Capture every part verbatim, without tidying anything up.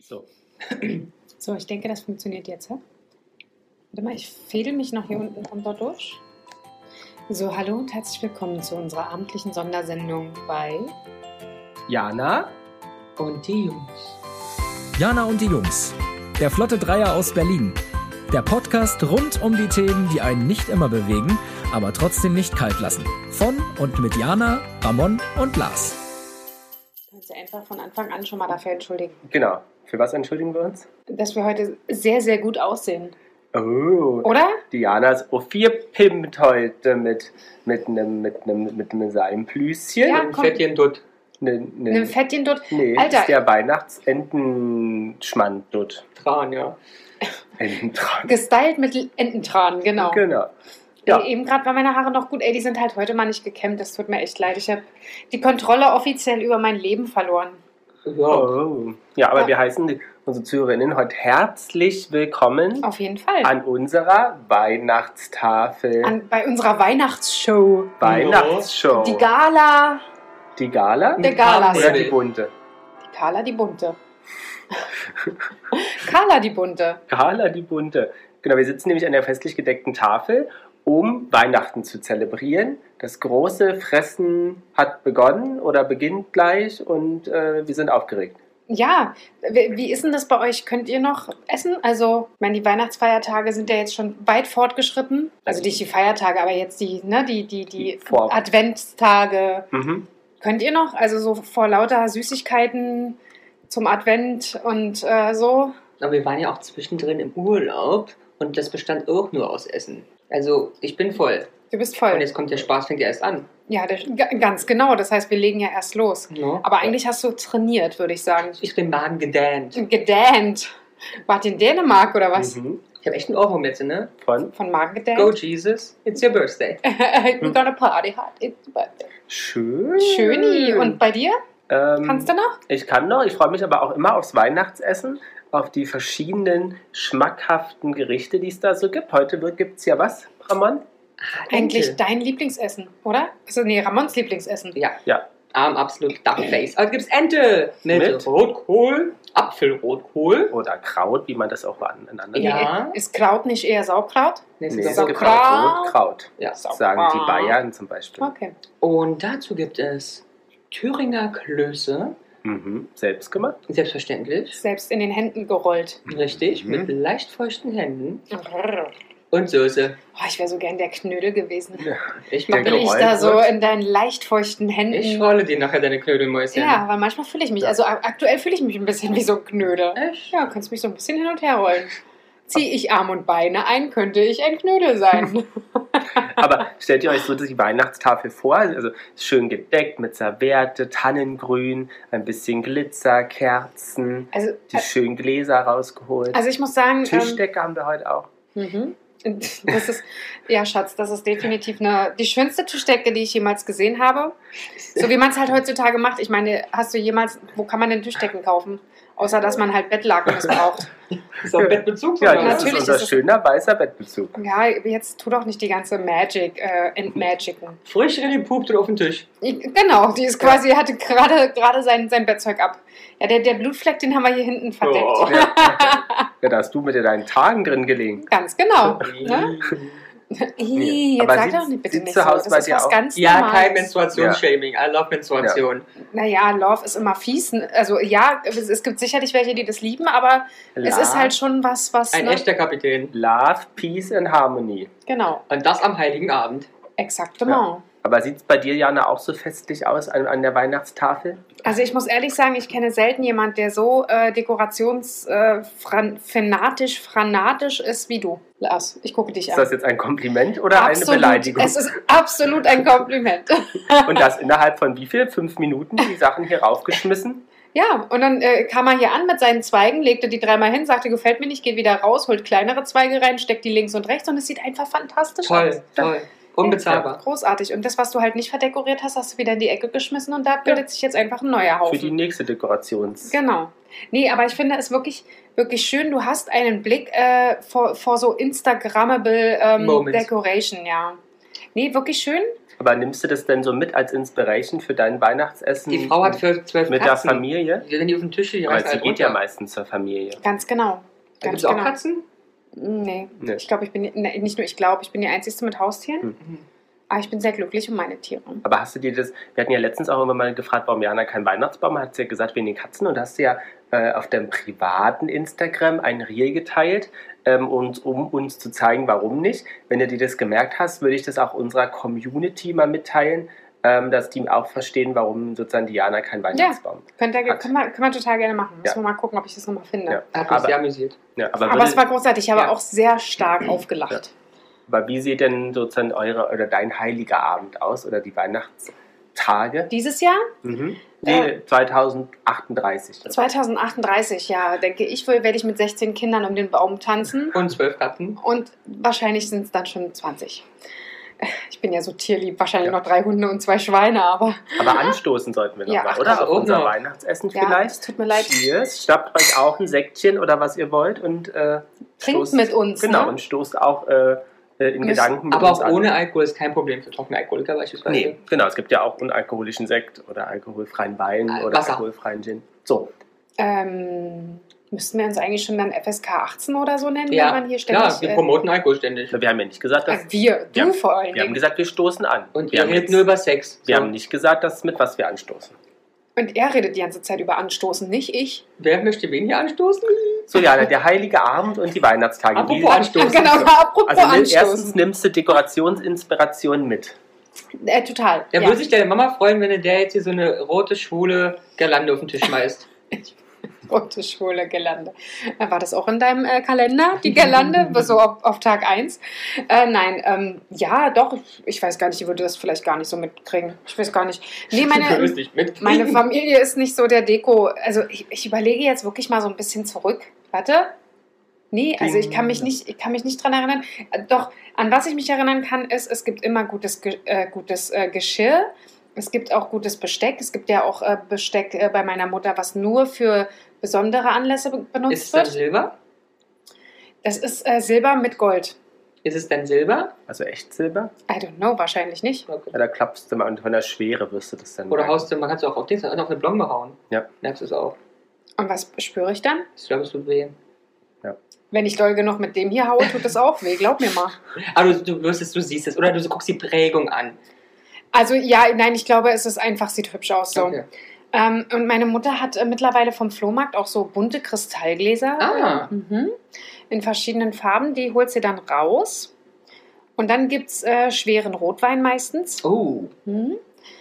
So. So, ich denke, das funktioniert jetzt. Ja? Warte mal, ich fädel mich noch hier unten runter durch. So, hallo und herzlich willkommen zu unserer abendlichen Sondersendung bei Jana und die Jungs. Jana und die Jungs. Der Flotte Dreier aus Berlin. Der Podcast rund um die Themen, die einen nicht immer bewegen, aber trotzdem nicht kalt lassen. Von und mit Jana, Ramon und Lars. Kannst du einfach von Anfang an schon mal dafür entschuldigen. Genau. Für was entschuldigen wir uns? Dass wir heute sehr, sehr gut aussehen. Oh. Oder? Diana ist O vier pimpt heute mit, mit einem mit einem mit einem Seidenplüschen. Ja, Ein komm. Fettchen Dutt. Ne, ne, Ein Fettchen dort. Nee, Alter. das ist der Weihnachtsentenschmand dort. Tran, ja. Ententran. Gestylt mit Ententran, genau. Genau. Ja. Ey, eben gerade waren meine Haare noch gut. Ey, die sind halt heute mal nicht gekämmt. Das tut mir echt leid. Ich habe die Kontrolle offiziell über mein Leben verloren. Ja. Oh. Ja, aber Ja. wir heißen die, unsere Zuhörerinnen heute herzlich willkommen Auf jeden Fall. an unserer Weihnachtstafel. An, bei unserer Weihnachtsshow. Weihnachtsshow. Die Gala. Die Gala? Der Gala. Oder die bunte? Die Carla die Bunte. Carla die Bunte. Gala die bunte. Genau, wir sitzen nämlich an der festlich gedeckten Tafel, um Weihnachten zu zelebrieren. Das große Fressen hat begonnen oder beginnt gleich und äh, wir sind aufgeregt. Ja, wie wie ist denn das bei euch? Könnt ihr noch essen? Also, ich meine, die Weihnachtsfeiertage sind ja jetzt schon weit fortgeschritten. Also nicht die Feiertage, aber jetzt die, ne, die, die, die Die Vor- Adventstage. Mhm. Könnt ihr noch? Also so vor lauter Süßigkeiten zum Advent und äh, so? Aber wir waren ja auch zwischendrin im Urlaub und das bestand auch nur aus Essen. Also ich bin voll. Du bist Und voll. jetzt kommt der Spaß, fängt ja erst an. Ja, das, g- ganz genau. Das heißt, wir legen ja erst los. Ja. Aber eigentlich hast du trainiert, würde ich sagen. Ich bin Magen gedähnt. Gedähnt. Wart ihr in Dänemark oder was? Mhm. Ich habe echt einen Ohrwurm jetzt, ne? Von Von Magen gedänt? Go Jesus, it's your birthday. We're gonna party hard. It's your birthday. schön. Schöni. Und bei dir? ähm, Kannst du noch? Ich kann noch. Ich freue mich aber auch immer aufs Weihnachtsessen, auf die verschiedenen schmackhaften Gerichte, die es da so gibt. Heute gibt es ja was, Ramon? Ah, Eigentlich Ente. dein Lieblingsessen, oder? Also, nee, Ramons Lieblingsessen. Ja, Ja. Arm absolut Duckface. Aber gibt's Ente mit, Mit? Rotkohl, Apfelrotkohl. Oder Kraut, wie man das auch aneinander Ja. Nee, ist Kraut nicht eher Sauerkraut? Nee, Nee, ist es doch gibt Sauerkraut. auch Rotkraut, Ja. sagen die Bayern zum Beispiel. Okay. Und dazu gibt es Thüringer Klöße, Mhm. Selbst gemacht. selbstverständlich. Selbst in den Händen gerollt. Richtig, Mhm. mit leicht feuchten Händen. Oh, Und Soße. ich wäre so gern der Knödel gewesen. Ich Der mach Bin den ich gerollt da so wird. in deinen leicht feuchten Händen. Ich rolle dir nachher deine Knödelmäuschen. Ja, aber manchmal fühle ich mich, Ja. also a- aktuell fühle ich mich ein bisschen wie so ein Knödel. Echt? Ja, kannst mich so ein bisschen hin und her rollen. Ziehe ich Arm und Beine ein, könnte ich ein Knödel sein. Aber stellt ihr euch so die Weihnachtstafel vor, also schön gedeckt mit Serviette, Tannengrün, ein bisschen Glitzer, Kerzen, Also, die schönen Gläser rausgeholt. also ich muss sagen, ähm, Tischdecke haben wir heute auch. Mhm. Das ist, ja, Schatz, das ist definitiv eine, die schönste Tischdecke, die ich jemals gesehen habe. So wie man es halt heutzutage macht. Ich meine, hast du jemals, wo kann man denn Tischdecken kaufen? Außer, dass man halt Bettlaken missbraucht. Ist auch Bettbezug Ja, sogar. das Natürlich ist unser ist es- schöner weißer Bettbezug. Ja, jetzt tu doch nicht die ganze Magic äh, entmagicen. Frisch reingepuppt auf den Tisch. Ich- Genau, die ist quasi, hatte gerade gerade sein, sein Bettzeug ab. Ja, der, der Blutfleck, den haben wir hier hinten verdeckt. Oh. Ja, ja, da hast du mit deinen Tagen drin gelegen. Ganz genau. Ne? Ih, jetzt Aber sag sieht- doch nicht bitte sieht nicht zu so. Hause Das bei ist dir was auch? ganz Ja, Normales. kein Menstruationsshaming. I love Menstruation. Naja, Love ist immer fies. Also ja, es, es gibt sicherlich welche, die das lieben, aber es ist halt schon was, was... Ein ne? echter Kapitän. Love, Peace and Harmony. Genau, Und das am Heiligen Abend. exaktement. Aber sieht es bei dir, Jana, auch so festlich aus an, an der Weihnachtstafel? Also ich muss ehrlich sagen, ich kenne selten jemand, der so äh, dekorationsfanatisch, fanatisch ist wie du, Lars. Ich gucke dich Ist an. das jetzt ein Kompliment oder eine Beleidigung? Es ist absolut ein Kompliment. Und das innerhalb von wie viel? Fünf Minuten die Sachen hier raufgeschmissen? Ja, und dann äh, kam er hier an mit seinen Zweigen, legte die dreimal hin, sagte, gefällt mir nicht, geht wieder raus, holt kleinere Zweige rein, steckt die links und rechts und es sieht einfach fantastisch aus. Toll, toll. Unbezahlbar. Großartig. Und das, was du halt nicht verdekoriert hast, hast du wieder in die Ecke geschmissen und da bildet sich jetzt einfach ein neuer Haufen. Für die nächste Dekorations... Genau. Nee, aber ich finde es wirklich, wirklich schön. Du hast einen Blick äh, vor, vor so Instagrammable ähm, Moments. Decoration, ja. Nee, wirklich schön. Aber nimmst du das denn so mit als Inspiration für dein Weihnachtsessen? Die Frau hat für zwölf mit Katzen. der Familie? Wenn die auf dem Tisch stehen, die Aber reißen sie halt geht runter. ja meistens zur Familie. Ganz genau. Da Ganz gibt es auch genau. Katzen? Nee. Nee. Ich glaube, ich bin, nee, nicht nur ich glaube, ich bin die Einzige mit Haustieren. Hm. Aber ich bin sehr glücklich um meine Tiere. Aber hast du dir das, wir hatten ja letztens auch irgendwann mal gefragt, warum Jana keinen Weihnachtsbaum hat, hat sie ja gesagt, wegen den Katzen, und hast du ja äh, auf deinem privaten Instagram ein Reel geteilt, ähm, und, um uns zu zeigen, warum nicht. Wenn du dir das gemerkt hast, würde ich das auch unserer Community mal mitteilen, ähm, dass die auch verstehen, warum sozusagen Diana keinen Weihnachtsbaum Könnt ihr, hat. können, wir, können wir total gerne machen. Müssen Ja. wir mal gucken, ob ich das nochmal finde. Ja. Hat mich Aber- sehr amüsiert. Ja, aber Aber würde, es war großartig. Ich habe Ja. auch sehr stark aufgelacht. aber wie sieht denn sozusagen eure oder dein heiliger Abend aus oder die Weihnachtstage? Dieses Jahr, Mhm. Nee, zweitausendachtunddreißig. zweitausendachtunddreißig, ja, denke ich, wohl, werde ich mit sechzehn Kindern um den Baum tanzen. Und zwölf Katzen. Und wahrscheinlich sind es dann schon zwanzig. Ich bin ja so tierlieb, wahrscheinlich Ja. noch drei Hunde und zwei Schweine, aber Aber anstoßen sollten wir Ja, nochmal, ach, oder? das Auf auch unser noch. Weihnachtsessen ja, es vielleicht. tut mir leid. Cheers, schnappt euch auch ein Säckchen oder was ihr wollt und äh, Trinkt stoßt- mit uns, Genau, ne? und stoßt auch äh, äh, in Müssen- Gedanken mit Aber uns auch an. ohne Alkohol ist kein Problem für trockene Alkoholiker beispielsweise. Nee, genau, es gibt ja auch unalkoholischen Sekt oder alkoholfreien Wein Äh, oder Wasser. alkoholfreien Gin. So, Ähm, müssten wir uns eigentlich schon dann F S K achtzehn oder so nennen, Ja, wenn man hier ständig... klar, wir äh, promoten Alkohol ständig. wir haben ja nicht gesagt, dass... äh, wir, du Ja. vor allen Wir haben Dingen. gesagt, wir stoßen an. Und wir ihr haben redet jetzt- nur über Sex. Wir So. haben nicht gesagt, dass mit was wir anstoßen. Und er redet die ganze Zeit über Anstoßen, nicht ich. Wer möchte wen hier anstoßen? So, ja, der heilige Abend und die Weihnachtstage. Apropos Die- anstoßen. Genau, apropos Also nimm, erstens Anstoßen. nimmst du Dekorationsinspiration mit. Äh, total. Da ja. würde sich deine Mama freuen, wenn der jetzt hier so eine rote, schwule Girlande auf den Tisch schmeißt. Rote schwule Girlande. Äh, War das auch in deinem äh, Kalender, die Girlande? so auf, auf Tag eins? Äh, nein, ähm, ja, doch. Ich weiß gar nicht, ich würde das vielleicht gar nicht so mitkriegen. Ich weiß gar nicht. Nee, Du meine, wirst nicht mitkriegen. meine Familie ist nicht so der Deko. Also ich, ich überlege jetzt wirklich mal so ein bisschen zurück. Warte. Nee, also ich kann mich nicht, ich kann mich nicht dran erinnern. Äh, Doch, an was ich mich erinnern kann, ist, es gibt immer gutes, Ge- äh, gutes äh, Geschirr. Es gibt auch gutes Besteck. Es gibt ja auch äh, Besteck äh, bei meiner Mutter, was nur für besondere Anlässe be- benutzt Ist es dann wird. Silber? Das ist äh, Silber mit Gold. Ist es dann Silber? Also echt Silber. I don't know, wahrscheinlich nicht. Okay. Ja, da klappst du mal und von der Schwere wirst du das dann Oder merken. haust du, man kann es auch auf, Dings, auf eine Blombe hauen. Ja. Merkst du es auch. Und was spüre ich dann? Ich glaube, es tut weh. Wenn ich doll genug mit dem hier haue, tut es auch weh, glaub mir mal. Aber du, du wirst es, du siehst es. Oder du guckst die Prägung an. Also ja, nein, ich glaube, es ist einfach, sieht hübsch aus so. Okay. Ähm, und meine Mutter hat äh, mittlerweile vom Flohmarkt auch so bunte Kristallgläser Ah. mhm, in verschiedenen Farben. Die holt sie dann raus. Und dann gibt es äh, schweren Rotwein meistens. Oh. Mhm.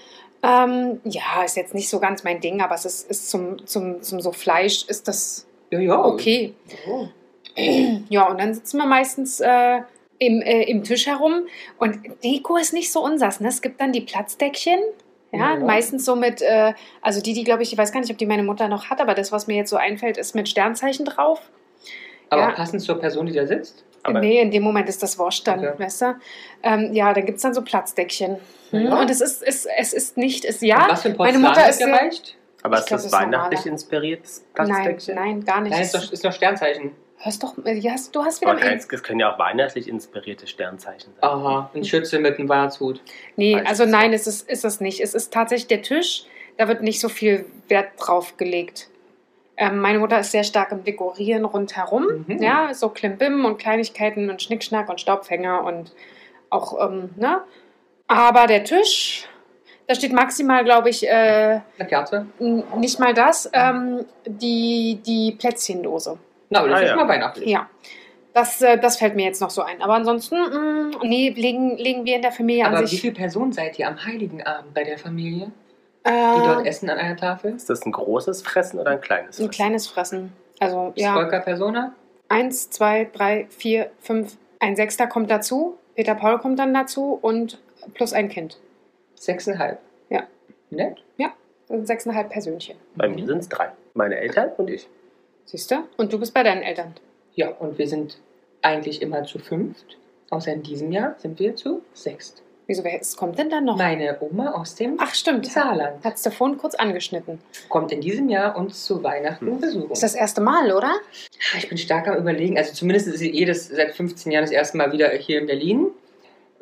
Ähm, ja, ist jetzt nicht so ganz mein Ding, aber es ist, ist zum, zum, zum so Fleisch ist das Ja, ja. okay. Oh. Ja, und dann sitzen wir meistens äh, im, äh, im Tisch herum. Und Deko ist nicht so unsers. Ne? Es gibt dann die Platzdeckchen. Ja, Ja. meistens so mit, äh, also die, die glaube ich, ich weiß gar nicht, ob die meine Mutter noch hat, aber das, was mir jetzt so einfällt, ist mit Sternzeichen drauf. Aber Ja. passend zur Person, die da sitzt? Aber- nee, in dem Moment ist das wurscht dann, Okay. weißt du? Ähm, ja, dann gibt es dann so Platzdeckchen. Hm? Ja. Und es ist, es, es ist nicht, es Und ja, was für ein meine Porzellan Mutter hat ist sehr- gereicht? Aber Ich ist glaub, das das ist weihnachtlich normaler. inspiriertes nein, Platzdeckchen? nein, gar nicht. Nein, ist doch, ist doch Sternzeichen. Hörst doch, ja, hast, du hast wieder Aber ein keins- es können ja auch weihnachtlich inspirierte Sternzeichen sein. Aha, ein Schütze mit einem Weihnachtshut. Nee, Meistens also nein, ja. ist es ist es nicht. Es ist tatsächlich der Tisch, da wird nicht so viel Wert drauf gelegt. Ähm, meine Mutter ist sehr stark im Dekorieren rundherum. Mhm. Ja, so Klimbim und Kleinigkeiten und Schnickschnack und Staubfänger und auch, ähm, ne? Aber der Tisch, da steht maximal, glaube ich, äh, Eine Kerze? n- nicht mal das, ähm, die, die Plätzchendose. Na, aber das Ah, ist ja. mal weihnachtlich. Ja. Das, äh, das fällt mir jetzt noch so ein. Aber ansonsten, mh, nee, legen, legen wir in der Familie Aber an wie sich. viele Personen seid ihr am Heiligen Abend bei der Familie, äh, die dort essen an einer Tafel? Ist das ein großes Fressen oder ein kleines Ein Fressen? kleines Fressen. Also, ja. Volker Persona? Eins, zwei, drei, vier, fünf. Ein Sechster kommt dazu. Peter Paul kommt dann dazu und plus ein Kind. Sechseinhalb. Ja. Nett. Das sind sechseinhalb Persönchen. Bei mir sind es drei. Meine Eltern und ich. Siehst du? Und du bist bei deinen Eltern. Ja, und wir sind eigentlich immer zu fünft. Außer in diesem Jahr sind wir zu sechst. Wieso, wer ist, kommt denn dann noch? Meine Oma aus dem Ach, stimmt. Saarland Hat's du vorhin kurz angeschnitten. kommt in diesem Jahr uns zu Weihnachten Hm. besuchen. Ist das erste Mal, oder? Ich bin stark am Überlegen. Also zumindest ist sie eh das, seit fünfzehn Jahren das erste Mal wieder hier in Berlin.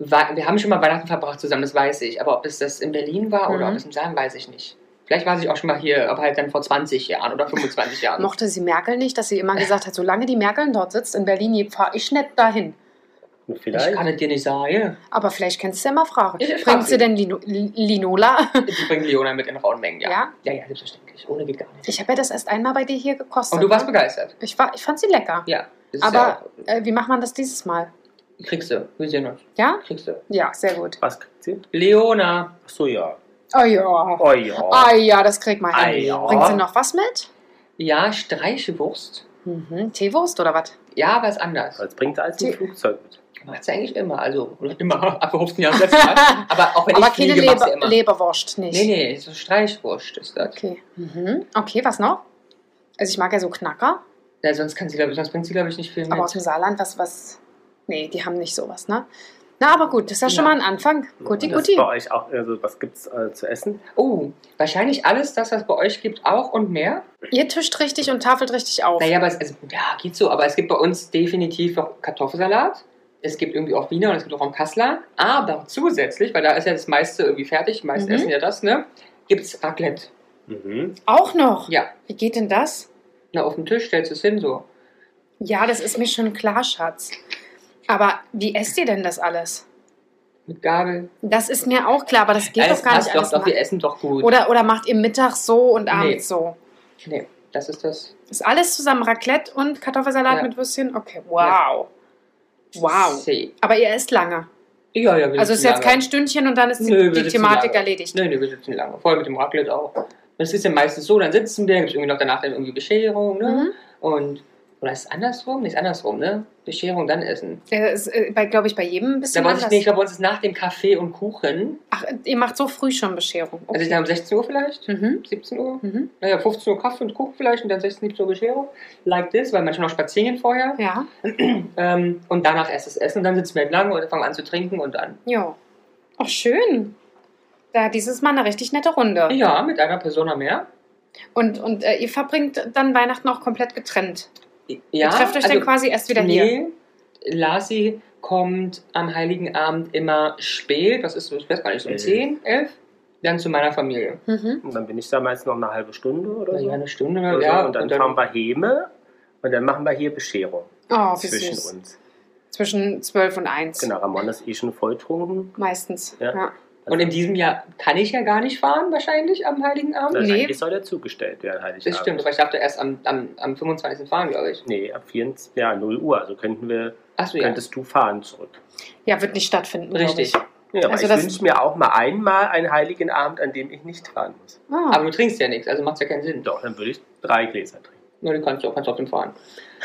Wa- Wir haben schon mal Weihnachten verbracht zusammen, das weiß ich. Aber ob es das in Berlin war oder Mhm. ob es im Saarland, weiß ich nicht. Vielleicht war ich auch schon mal hier, aber halt dann vor zwanzig Jahren oder fünfundzwanzig Jahren. Mochte sie Merkel nicht, dass sie immer gesagt hat, solange die Merkel dort sitzt in Berlin, fahre ich nicht dahin. Und Ich vielleicht. kann es dir nicht sagen. Aber vielleicht kannst du ja mal fragen. Ich- ich frag Bringt sie. sie denn Lino Linola? Die bringen Leona mit in rauen Mengen, ja. Ja? Ja, ja, selbstverständlich. Ohne geht gar nicht. Ich habe ja das erst einmal bei dir hier gekostet. Und du warst ne? begeistert. ich, war, ich fand sie lecker. Ja. Das ist Aber ja auch, äh, wie macht man das dieses Mal? kriegst du. Wir sehen uns. Ja? Kriegst du. Ja, sehr gut. Was kriegt sie? Leona. Ach so, ja. Oh ja. Oh ja. Ah ja, das kriegt man Ah hin. ja. Bringt sie noch was mit? Ja, Streichwurst. Mhm. Teewurst oder was? Ja, aber ist anders. Das bringt sie als ein Die- Flugzeug mit. Macht sie eigentlich immer. Also, oder immer. Abgehoften ja das letzte Mal. Aber auch wenn Aber ich keine fliege, macht sie Leber, immer. Leberwurst nicht. Nee, nee, so Streichwurst ist das. Okay. Mhm. Okay, was noch? Also ich mag ja so Knacker, Ja, sonst, kann sie, glaub ich, sonst bringt sie, glaube ich, nicht viel mit. aber aus dem Saarland, was, was... Nee, die haben nicht sowas, ne? Na, aber gut, das ist ja schon Ja. mal ein Anfang. Guti, Und das guti. bei euch auch, also was gibt's äh, zu essen? Oh, wahrscheinlich alles das, was es bei euch gibt, auch und mehr. Ihr tischt richtig und tafelt richtig auf. Naja, aber es, also, ja, geht so. Aber es gibt bei uns definitiv auch Kartoffelsalat. Es gibt irgendwie auch Wiener und es gibt auch einen Kassler. Aber zusätzlich, weil da ist ja das meiste irgendwie fertig, die meisten Mhm. essen ja das, ne? Gibt es Raclette. Mhm. Auch noch? Ja. Wie geht denn das? Na, auf dem Tisch stellst du es hin so. Ja, das ist mir schon klar, Schatz. Aber wie esst ihr denn das alles? Mit Gabel. Das ist mir auch klar, aber das geht Alles doch gar nicht passt alles. doch, doch, wir nach- essen doch gut. Oder, oder macht ihr mittags so und abends Nee. so? Nee, das ist das. Ist alles zusammen Raclette und Kartoffelsalat Ja. mit Würstchen? Okay, wow. Wow. See. Aber ihr esst lange. Ja, ja, wir Also ist sitzen jetzt lange. kein Stündchen und dann ist die, Nö, wir die sitzen Thematik lange. erledigt. Nö, nö, wir sitzen lange. Vorher mit dem Raclette auch. Das ist ja meistens so, dann sitzen wir, gibt es irgendwie noch danach dann irgendwie Bescherung, ne? Mhm. Und, oder ist es andersrum? Nee, ist andersrum, ne? Bescherung, dann essen. Äh, ist, äh, bei, glaube ich, bei jedem ein Da bisschen bei uns ist, anders. nee, ich glaube, bei uns ist nach dem Kaffee und Kuchen, Ach, ihr macht so früh schon Bescherung. also Okay. dann um sechzehn Uhr vielleicht, Mhm. siebzehn Uhr, Mhm. naja, fünfzehn Uhr Kaffee und Kuchen vielleicht und dann sechzehn, siebzehn Uhr Bescherung. Like this, weil manchmal noch spazieren gehen vorher. Ja, Ähm, und danach erst das Essen und dann sitzen wir halt lange und fangen an zu trinken und dann. ja. Ach, schön. Da dieses Mal eine richtig nette Runde. Ja, mit einer Person mehr. Und, und äh, ihr verbringt dann Weihnachten auch komplett getrennt. Ja, ihr trefft euch also, dann quasi erst wieder hier. nee, Lasi kommt am Heiligen Abend immer spät, was ist so, ich weiß gar nicht, so um Elf. zehn, elf, dann zu meiner Familie. Mhm. Und dann bin ich da meist noch eine halbe Stunde oder so. Ja, eine Stunde, Oder so. ja. Und dann fahren wir Heme und dann machen wir hier Bescherung Oh, wie zwischen süß. uns. Zwischen zwölf und eins. Genau, Ramon ist eh schon volltrunken. Meistens. Ja. Ja. Und in diesem Jahr kann ich ja gar nicht fahren, wahrscheinlich, am Heiligen Abend. Also Nee. Eigentlich soll der zugestellt werden, Heiligabend. Das stimmt, aber ich dachte erst am, am, am fünfundzwanzigsten fahren, glaube ich. Nee, ab vierundzwanzig, ja, null Uhr. Also könnten wir, Achso, ja. könntest du fahren zurück. Ja, wird nicht stattfinden. glaub Richtig. Ich. Ja, aber Also ich das- wünsche mir auch mal einmal einen Heiligen Abend, an dem ich nicht fahren muss. Ah. Aber du trinkst ja nichts, also macht es ja keinen Sinn. Doch, dann würde ich drei Gläser trinken. Nur du kannst auch, kannst trotzdem fahren.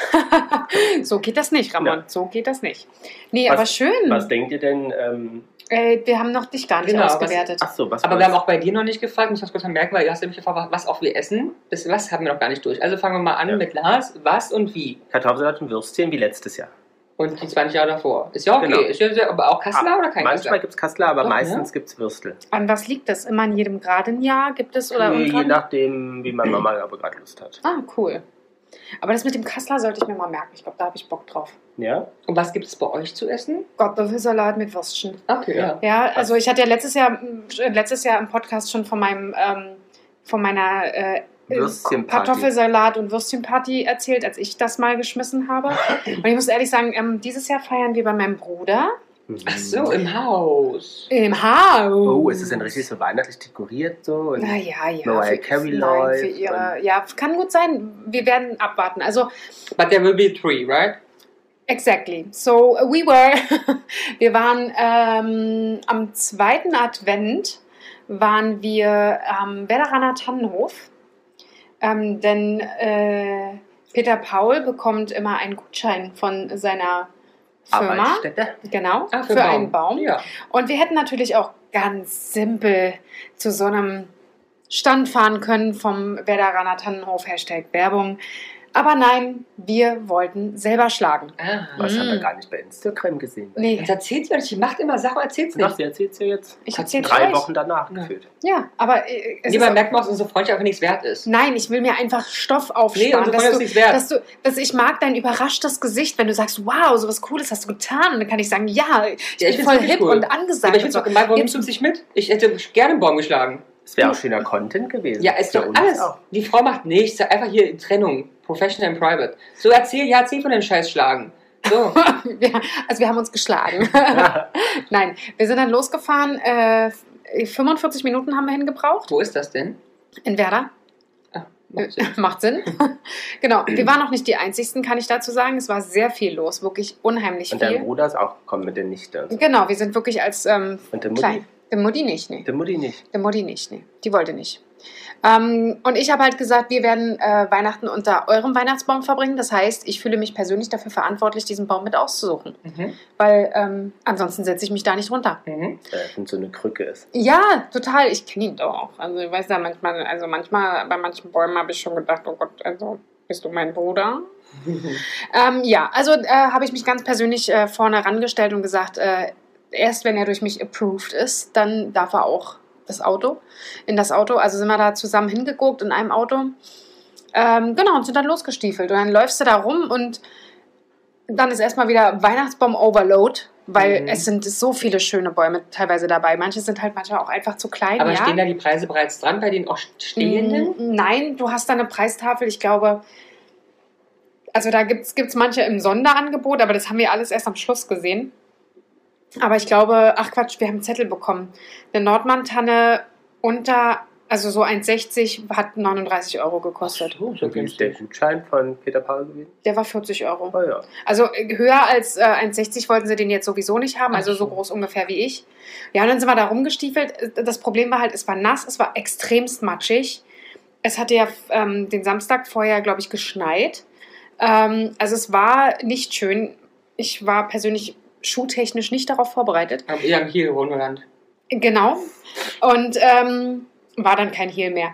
So geht das nicht, Ramon. Ja. So geht das nicht. Nee, Was- aber schön. Was denkt ihr denn? Ähm, Äh, wir haben noch dich gar nicht Genau, was- ausgewertet. ach so, was Aber wir wolltest- haben auch bei dir noch nicht gefragt, muss ich das kurz merken, weil du hast nämlich gefragt, was auch wir essen. Das was haben wir noch gar nicht durch. Also fangen wir mal an Ja. mit Lars, was und wie. Kartoffelsalat und Würstchen wie letztes Jahr. Und die zwanzig Jahre davor. Ist ja okay. Genau. Ist ja sehr, aber auch Kassler oder kein Manchmal Kassler? gibt es Kassler, aber Doch, meistens ja. gibt es Würstel. An was liegt das? Immer in jedem geraden Jahr gibt es oder Nee, je irgendwann? nachdem, wie meine Mama aber gerade Lust hat. Ah, cool. Aber das mit dem Kassler sollte ich mir mal merken. Ich glaube, da habe ich Bock drauf. Ja? Und was gibt es bei euch zu essen? Kartoffelsalat mit Würstchen. Okay, ja. Ja, also ich hatte ja letztes Jahr, äh, letztes Jahr im Podcast schon von meinem, ähm, von meiner äh, Würstchenparty. Kartoffelsalat und Würstchenparty erzählt, als ich das mal geschmissen habe. Und ich muss ehrlich sagen, ähm, dieses Jahr feiern wir bei meinem Bruder Ach so, im Haus. im Haus. Oh, ist es denn richtig so weihnachtlich dekoriert so? Und Na ja, ja. Mariah für- Carey nein, läuft für ihre, und- ja, kann gut sein. Wir werden abwarten. Also, But there will be three, right? exactly. So, we were, wir waren ähm, am zweiten Advent, waren wir am Werderaner Tannenhof. Ähm, denn äh, Peter Paul bekommt immer einen Gutschein von seiner Firma. Arbeitsstätte. Genau, Ah, für, einen Baum. Ja. Und wir hätten natürlich auch ganz simpel zu so einem Stand fahren können vom Werderaner Tannenhof, Hashtag Werbung. Aber nein, wir wollten selber schlagen. Ah. Was Mm. haben wir gar nicht bei Instagram gesehen? Nee, Das erzählt sie doch nicht. Die macht immer Sachen, erzählt sie Ach, nicht. sie erzählt es ja jetzt ich erzähle drei euch. Wochen danach Ja. gefühlt. Ja, aber äh, es Lieber ist auch, merkt man, dass unsere Freundschaft einfach nichts wert ist. nein, ich will mir einfach Stoff Nee, aufsparen, unsere dass, Freundschaft ist du, nichts wert. dass du, dass ich mag dein überraschtes Gesicht, wenn du sagst, wow, sowas Cooles hast du getan, und dann kann ich sagen, ja, ich Ja, ich bin find's voll wirklich hip cool. und Aber angesagt. ich und finde so. doch gemein, warum Jetzt- nimmst du uns nicht mit? Ich hätte gerne einen Baum geschlagen. Es wäre auch schöner Content gewesen. Ja, ist Für doch uns alles. auch. Die Frau macht nichts. Einfach hier in Trennung. Professional and private. So, erzähl, ja, erzähl von dem Scheiß schlagen. So. Ja, also wir haben uns geschlagen. Nein, wir sind dann losgefahren. Äh, fünfundvierzig Minuten haben wir hingebraucht Wo ist das denn? in Werder. Ah, Äh, macht Sinn. Macht Sinn. Genau. Wir waren noch nicht die Einzigsten, kann ich dazu sagen. Es war sehr viel los, wirklich unheimlich Und dein viel. Bruder ist auch gekommen mit der Nichte. Und, so. Genau, wir sind wirklich als ähm, und der Mutti? klein. Der Mutti nicht, nee. Der Mutti nicht. Der Mutti nicht, nee. Die wollte nicht. Ähm, und ich habe halt gesagt, wir werden äh, Weihnachten unter eurem Weihnachtsbaum verbringen. Das heißt, ich fühle mich persönlich dafür verantwortlich, diesen Baum mit auszusuchen. Mhm. Weil ähm, ansonsten setze ich mich da nicht runter. Mhm. Der und so eine Krücke ist. Ja, total. Ich kenne ihn doch. Also ich weiß ja manchmal, also manchmal, bei manchen Bäumen habe ich schon gedacht, oh Gott, also bist du mein Bruder? Ähm, ja, also äh, habe ich mich ganz persönlich äh, vorne rangestellt und gesagt, äh, erst wenn er durch mich approved ist, dann darf er auch das Auto, in das Auto. Also sind wir da zusammen hingeguckt in einem Auto. Ähm, genau, und sind dann losgestiefelt. Und dann läufst du da rum und dann ist erstmal wieder Weihnachtsbaum-Overload, weil Mhm. es sind so viele schöne Bäume teilweise dabei. Manche sind halt manchmal auch einfach zu klein. Aber ja. stehen da die Preise bereits dran bei den auch stehenden? Mm, Nein, du hast da eine Preistafel, ich glaube, also da gibt es manche im Sonderangebot, aber das haben wir alles erst am Schluss gesehen. Aber ich glaube, ach Quatsch, wir haben einen Zettel bekommen. Eine Nordmann-Tanne unter, also so eins sechzig hat neununddreißig Euro gekostet. So, so Und wie ist der günstig. Gutschein von Peter Paul gewesen? Der war vierzig Euro. Oh ja. Also äh, höher als äh, eins sechzig wollten sie den jetzt sowieso nicht haben, also Ach so so. groß ungefähr wie ich. Ja, und dann sind wir da rumgestiefelt. Das Problem war halt, es war nass, es war extremst matschig. Es hatte ja ähm, den Samstag vorher, glaube ich, geschneit. Ähm, also es war nicht schön. Ich war persönlich schuhtechnisch nicht darauf vorbereitet. Aber ihr am Kiel Wunderland. Genau. Und ähm, war dann kein Heel mehr.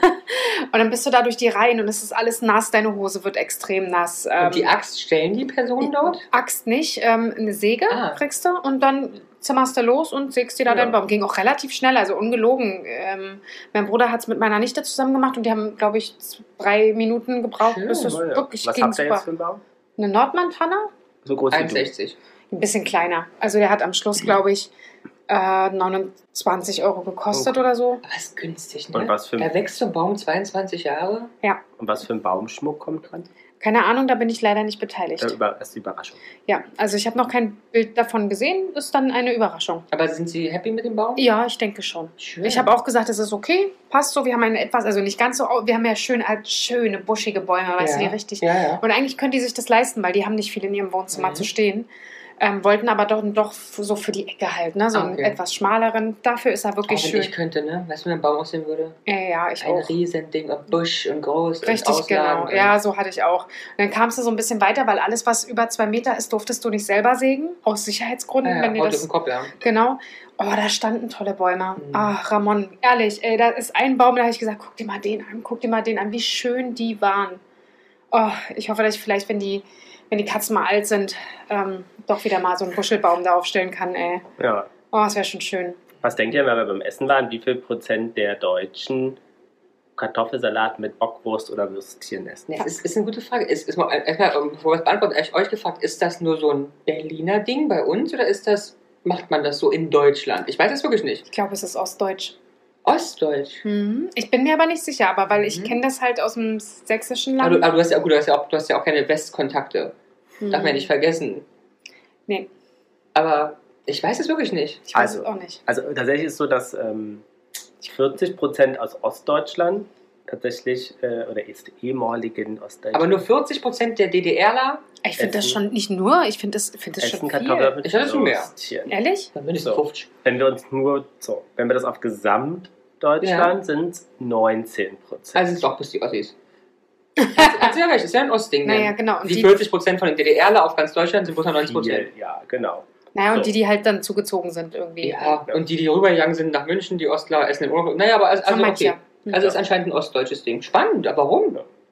Und dann bist du da durch die Reihen und es ist alles nass, deine Hose wird extrem nass. Ähm, Und die Axt stellen die Personen dort? Axt nicht, ähm, eine Säge Ah. kriegst du und dann zimmerst du los und sägst dir da Ja. deinen Baum. Ging auch relativ schnell, also ungelogen. Ähm, mein Bruder hat es mit meiner Nichte zusammen gemacht und die haben, glaube ich, z- drei Minuten gebraucht, Schön. bis es Oh ja. wirklich Was ging habt ihr super. jetzt für einen Baum? Eine Nordmann-Tanne? So groß wie eins du. sechzig. Ein bisschen kleiner. Also der hat am Schluss, glaube ich, äh, neunundzwanzig Euro gekostet Oh. oder so. Aber ist günstig, ne? Und was für ein- Da wächst so ein Baum zweiundzwanzig Jahre. Und was für ein Baumschmuck kommt dran? Keine Ahnung, da bin ich leider nicht beteiligt. Da über, das ist die Überraschung. Ja, also ich habe noch kein Bild davon gesehen. Ist dann eine Überraschung. Aber sind Sie happy mit dem Baum? Ja, ich denke schon. Schön. Ich habe auch gesagt, es ist okay, passt so. Wir haben eine etwas, also nicht ganz so, au- wir haben ja schön, halt schöne, buschige Bäume, weißt ja. du, die richtig. Ja, ja. Und eigentlich können die sich das leisten, weil die haben nicht viel in ihrem Wohnzimmer Mhm. zu stehen. Ähm, wollten aber doch, doch f- so für die Ecke halt, ne? So Ah, einen okay. etwas schmaleren. Dafür ist er wirklich Auch wenn schön. ich könnte, ne? Weißt du, wie ein Baum aussehen würde? Ja, ja, ich Ein auch. Riesending und Busch und groß und Richtig, Auslagen. genau. Ja, so hatte ich auch. Und dann kamst du so ein bisschen weiter, weil alles, was über zwei Meter ist, durftest du nicht selber sägen. Aus Sicherheitsgründen, Ja, ja, wenn dir Haut auf das. den Kopf, ja. Genau. Oh, da standen tolle Bäume. Mhm. Ach, Ramon, ehrlich, ey, da ist ein Baum, da habe ich gesagt, guck dir mal den an, guck dir mal den an, wie schön die waren. Oh, ich hoffe, dass ich vielleicht, wenn die, wenn die Katzen mal alt sind, ähm, doch wieder mal so einen Buschelbaum da aufstellen kann, ey. Ja. Oh, das wäre schon schön. Was denkt ihr, wenn wir beim Essen waren, wie viel Prozent der Deutschen Kartoffelsalat mit Bockwurst oder Würstchen essen? Nee, es ist, ist eine gute Frage. Ist, ist mal, erstmal, ähm, bevor wir es beantworten, habe ich euch gefragt, ist das nur so ein Berliner Ding bei uns oder ist das, macht man das so in Deutschland? Ich weiß es wirklich nicht. Ich glaube, es ist Ostdeutsch. Ostdeutsch. Mhm. Ich bin mir aber nicht sicher, aber weil ich Mhm. kenne das halt aus dem sächsischen Aber Land. du, aber du, hast ja, gut, du, hast ja auch, du hast ja auch keine Westkontakte. Mhm. Darf man ja nicht vergessen. Nee, Aber ich weiß es wirklich nicht. ich weiß Also, es auch nicht. Also tatsächlich ist es so, dass ähm, vierzig Prozent aus Ostdeutschland tatsächlich, äh, oder ist ehemaligen Ostdeutschland, Aber nur vierzig Prozent der DDRler, Ich finde das Essen. schon nicht nur, ich finde das, find das essen schon Kartoffeln viel. mit Ich hatte schon mehr. Würstchen. Ehrlich? dann bin ich So. fünfzig. Wenn wir uns nur, so, wenn wir das auf Gesamtdeutschland sind es neunzehn Prozent. Also sind es doch bis die Ossis. Hat sie ja recht, ist ja ein Ostding. Naja, dann. genau. Und Die die, vierzig Prozent von den DDRler auf ganz Deutschland sind bloß noch neunzig Prozent. Viel, ja, genau. naja, und so. die, die halt dann zugezogen sind irgendwie. Ja, und die, die rübergegangen sind nach München, die Ostler essen im Urlaub. Naja, aber also, also Von manchen, okay. ja. Also ist anscheinend ein ostdeutsches Ding. Spannend, aber warum?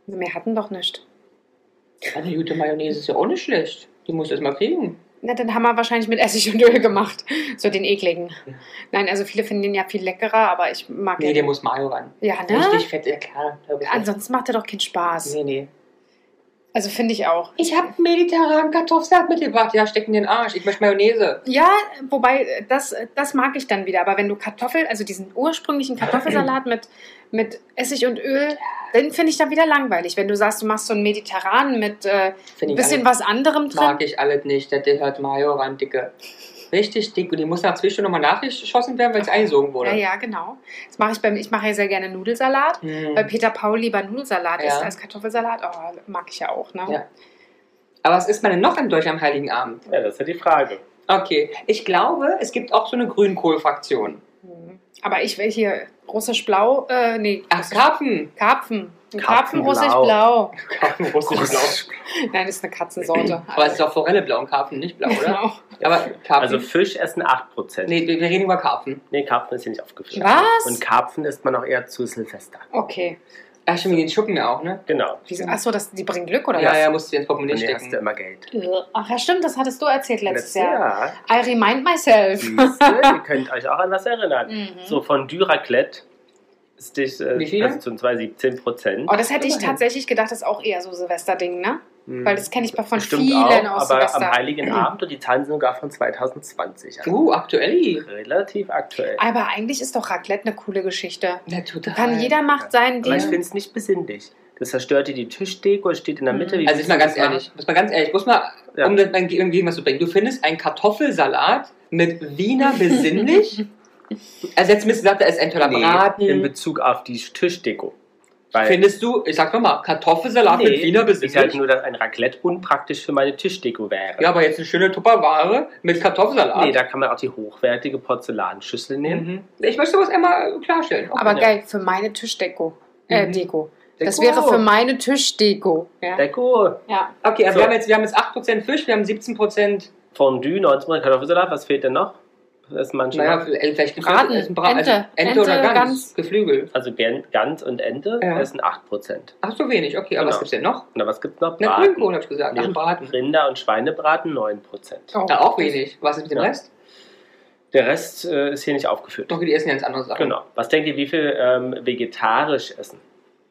Wir hatten doch nichts. Eine gute Mayonnaise ist ja auch nicht schlecht. Die musst du erst mal kriegen. Na, dann haben wir wahrscheinlich mit Essig und Öl gemacht. So den ekligen. Nein, also viele finden den ja viel leckerer, aber ich mag Nee, den. der muss Mayo ran. Ja, ne? Richtig fett, ja klar. Ansonsten macht er doch keinen Spaß. Nee, nee. Also finde ich auch. Ich habe mediterranen Kartoffelsalat mitgebracht. Ja, steck in den Arsch. Ich möchte Mayonnaise. Ja, wobei, das, das mag ich dann wieder. Aber wenn du Kartoffel, also diesen ursprünglichen Kartoffelsalat mit, mit Essig und Öl, den finde ich dann wieder langweilig. Wenn du sagst, du machst so einen mediterranen mit äh, Find ein ich bisschen alles- was anderem drin. Mag ich alles nicht. Der hat Mayo ran, dicke. Richtig dick. Und die muss nach zwei Stunden nochmal nachgeschossen werden, weil es eingesogen wurde. Ja, ja, genau. Das mache ich beim, ich mache ja sehr gerne Nudelsalat. Hm. Weil Peter Paul lieber Nudelsalat Ja. isst als Kartoffelsalat. Oh, mag ich ja auch, ne? Ja. Aber was isst man denn noch in Deutschland am Heiligen Abend? Ja, das ist ja die Frage. Okay, ich glaube, es gibt auch so eine Grünkohl-Fraktion. Hm. Aber ich will hier russisch blau, äh, nee. Ach, Karpfen. Karpfen. Ein Karpfen Karpfen russisch blau. blau. Karpfen, russisch blau. Nein, das ist eine Katzensorte. Aber es ist auch Forelle blau und Karpfen nicht blau, oder? Genau. Aber Karpfen. Also Fisch essen acht Prozent. nee, wir wir reden über Karpfen. Nee, Karpfen ist hier nicht aufgeführt. Was? Und Karpfen isst man auch eher zu Silvester. Okay. Ach, stimmt, den Schuppen ja auch, ne? Genau. Wieso? Achso, das, die bringen Glück, oder Ja, was? ja, musst du ins Portemonnaie Und die hast du stecken. immer Geld. Ach ja, stimmt, das hattest du erzählt letztes Letztes Jahr. Jahr. I remind myself. Siehste, ihr könnt euch auch an was erinnern. Mhm. So von Düraclette ist dich, äh, Wie viele? also zum zwei siebzehn Prozent. Oh, das hätte ich Immerhin. tatsächlich gedacht, das ist auch eher so Silvesterding, ne? Weil das kenne ich von Bestimmt vielen auch, aus aber Silvester. am Heiligen Abend und die Zahlen sind sogar von zwanzig zwanzig. Also Uh, aktuell. relativ aktuell. Aber eigentlich ist doch Raclette eine coole Geschichte. Ja, total. Kann jeder macht sein Aber ich Ding. finde es nicht besinnlich. Das zerstört dir die Tischdeko, es steht in der Mitte. Mhm. Wie Also, ist mal ganz ehrlich, muss mal ganz ehrlich, muss mal, Ja. um das beim Irgendwas zu bringen. Du findest einen Kartoffelsalat mit Wiener besinnlich? Also, jetzt müsst ihr sagen, da ist entweder Nee, Braten. in Bezug auf die Tischdeko. Weil Findest du, ich sag nochmal, Kartoffelsalat mit Wiener ich halte besinnlich? nur, dass ein Raclette unpraktisch für meine Tischdeko wäre. Ja, aber jetzt eine schöne Tupperware mit Kartoffelsalat. Nee, da kann man auch die hochwertige Porzellanschüssel nehmen. Mhm. Ich möchte sowas einmal klarstellen. Aber Ja. geil, für meine Tischdeko. Äh, Mhm. Deko. Das Deko. wäre für meine Tischdeko. Ja. Deko. ja. Okay, aber So. wir, haben jetzt, wir haben jetzt acht Prozent Fisch, wir haben siebzehn Prozent. Fondue, neunzig Prozent Kartoffelsalat. Was fehlt denn noch? Das ist manchmal. Naja, vielleicht gibt Braten, es Bra Ente, also Ente, Ente, oder Gans, Gans. Geflügel. Also Gan- Gans und Ente Ja. essen acht Prozent. Ach, so wenig, okay, aber Genau. was gibt's denn noch? Na, was gibt's noch? Na, Braten. Grünkohl, hab ich gesagt. Ach, Nee, Braten. Rinder- und Schweinebraten neun Prozent. Oh. Ja, auch wenig. Was ist mit dem Ja. Rest? Der Rest äh, ist hier nicht aufgeführt. Doch, die essen ganz andere Sachen. Genau. Was denkt ihr, wie viel ähm, vegetarisch essen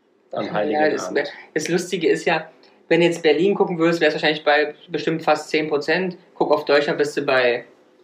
am Heiligen Ja, das, Abend? das Lustige ist ja, wenn du jetzt Berlin gucken würdest, wäre es wahrscheinlich bei bestimmt fast zehn Prozent. Guck auf Deutschland, bist du bei